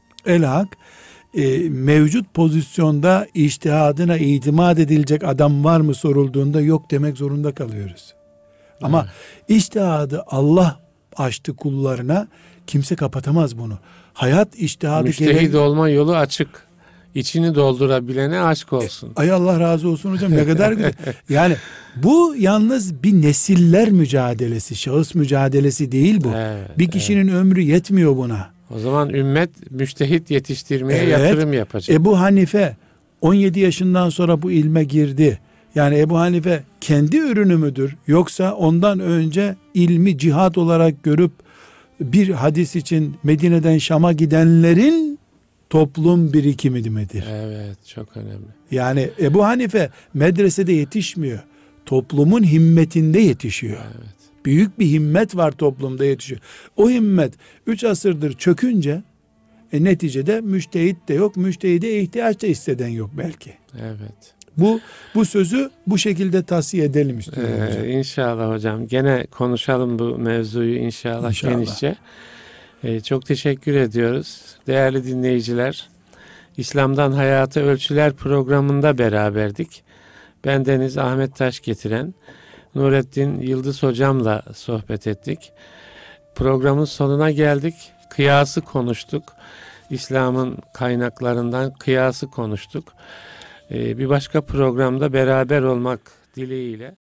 mevcut pozisyonda içtihadına itimat edilecek adam var mı sorulduğunda yok demek zorunda kalıyoruz. Ama içtihadı Allah açtı kullarına, kimse kapatamaz bunu. Hayat içtihadı müştehid olma yolu açık. İçini doldurabilene aşk olsun. Ay Allah razı olsun hocam, ne kadar güzel. Yani bu yalnız bir nesiller mücadelesi, şahıs mücadelesi değil bu. Evet, bir kişinin ömrü yetmiyor buna. O zaman ümmet müştehit yetiştirmeye yatırım yapacak. Ebu Hanife 17 yaşından sonra bu ilme girdi. Yani Ebu Hanife kendi ürünü müdür? Yoksa ondan önce ilmi cihat olarak görüp bir hadis için Medine'den Şam'a gidenlerin toplum birikimi midir? Evet, çok önemli. Yani Ebu Hanife medresede yetişmiyor. Toplumun himmetinde yetişiyor. Evet. Büyük bir himmet var toplumda yetişiyor. O himmet 3 asırdır çökünce neticede müştehit de yok, müştehide ihtiyaç da hisseden yok belki. Evet. Bu sözü bu şekilde tavsiye edelim istiyorum hocam. İnşallah hocam. Gene konuşalım bu mevzuyu inşallah. Genişçe. Çok teşekkür ediyoruz. Değerli dinleyiciler, İslam'dan Hayata Ölçüler programında beraberdik. Bendeniz Ahmet Taş getiren Nurettin Yıldız hocamla sohbet ettik. Programın sonuna geldik. Kıyası konuştuk. İslam'ın kaynaklarından kıyası konuştuk. Bir başka programda beraber olmak dileğiyle.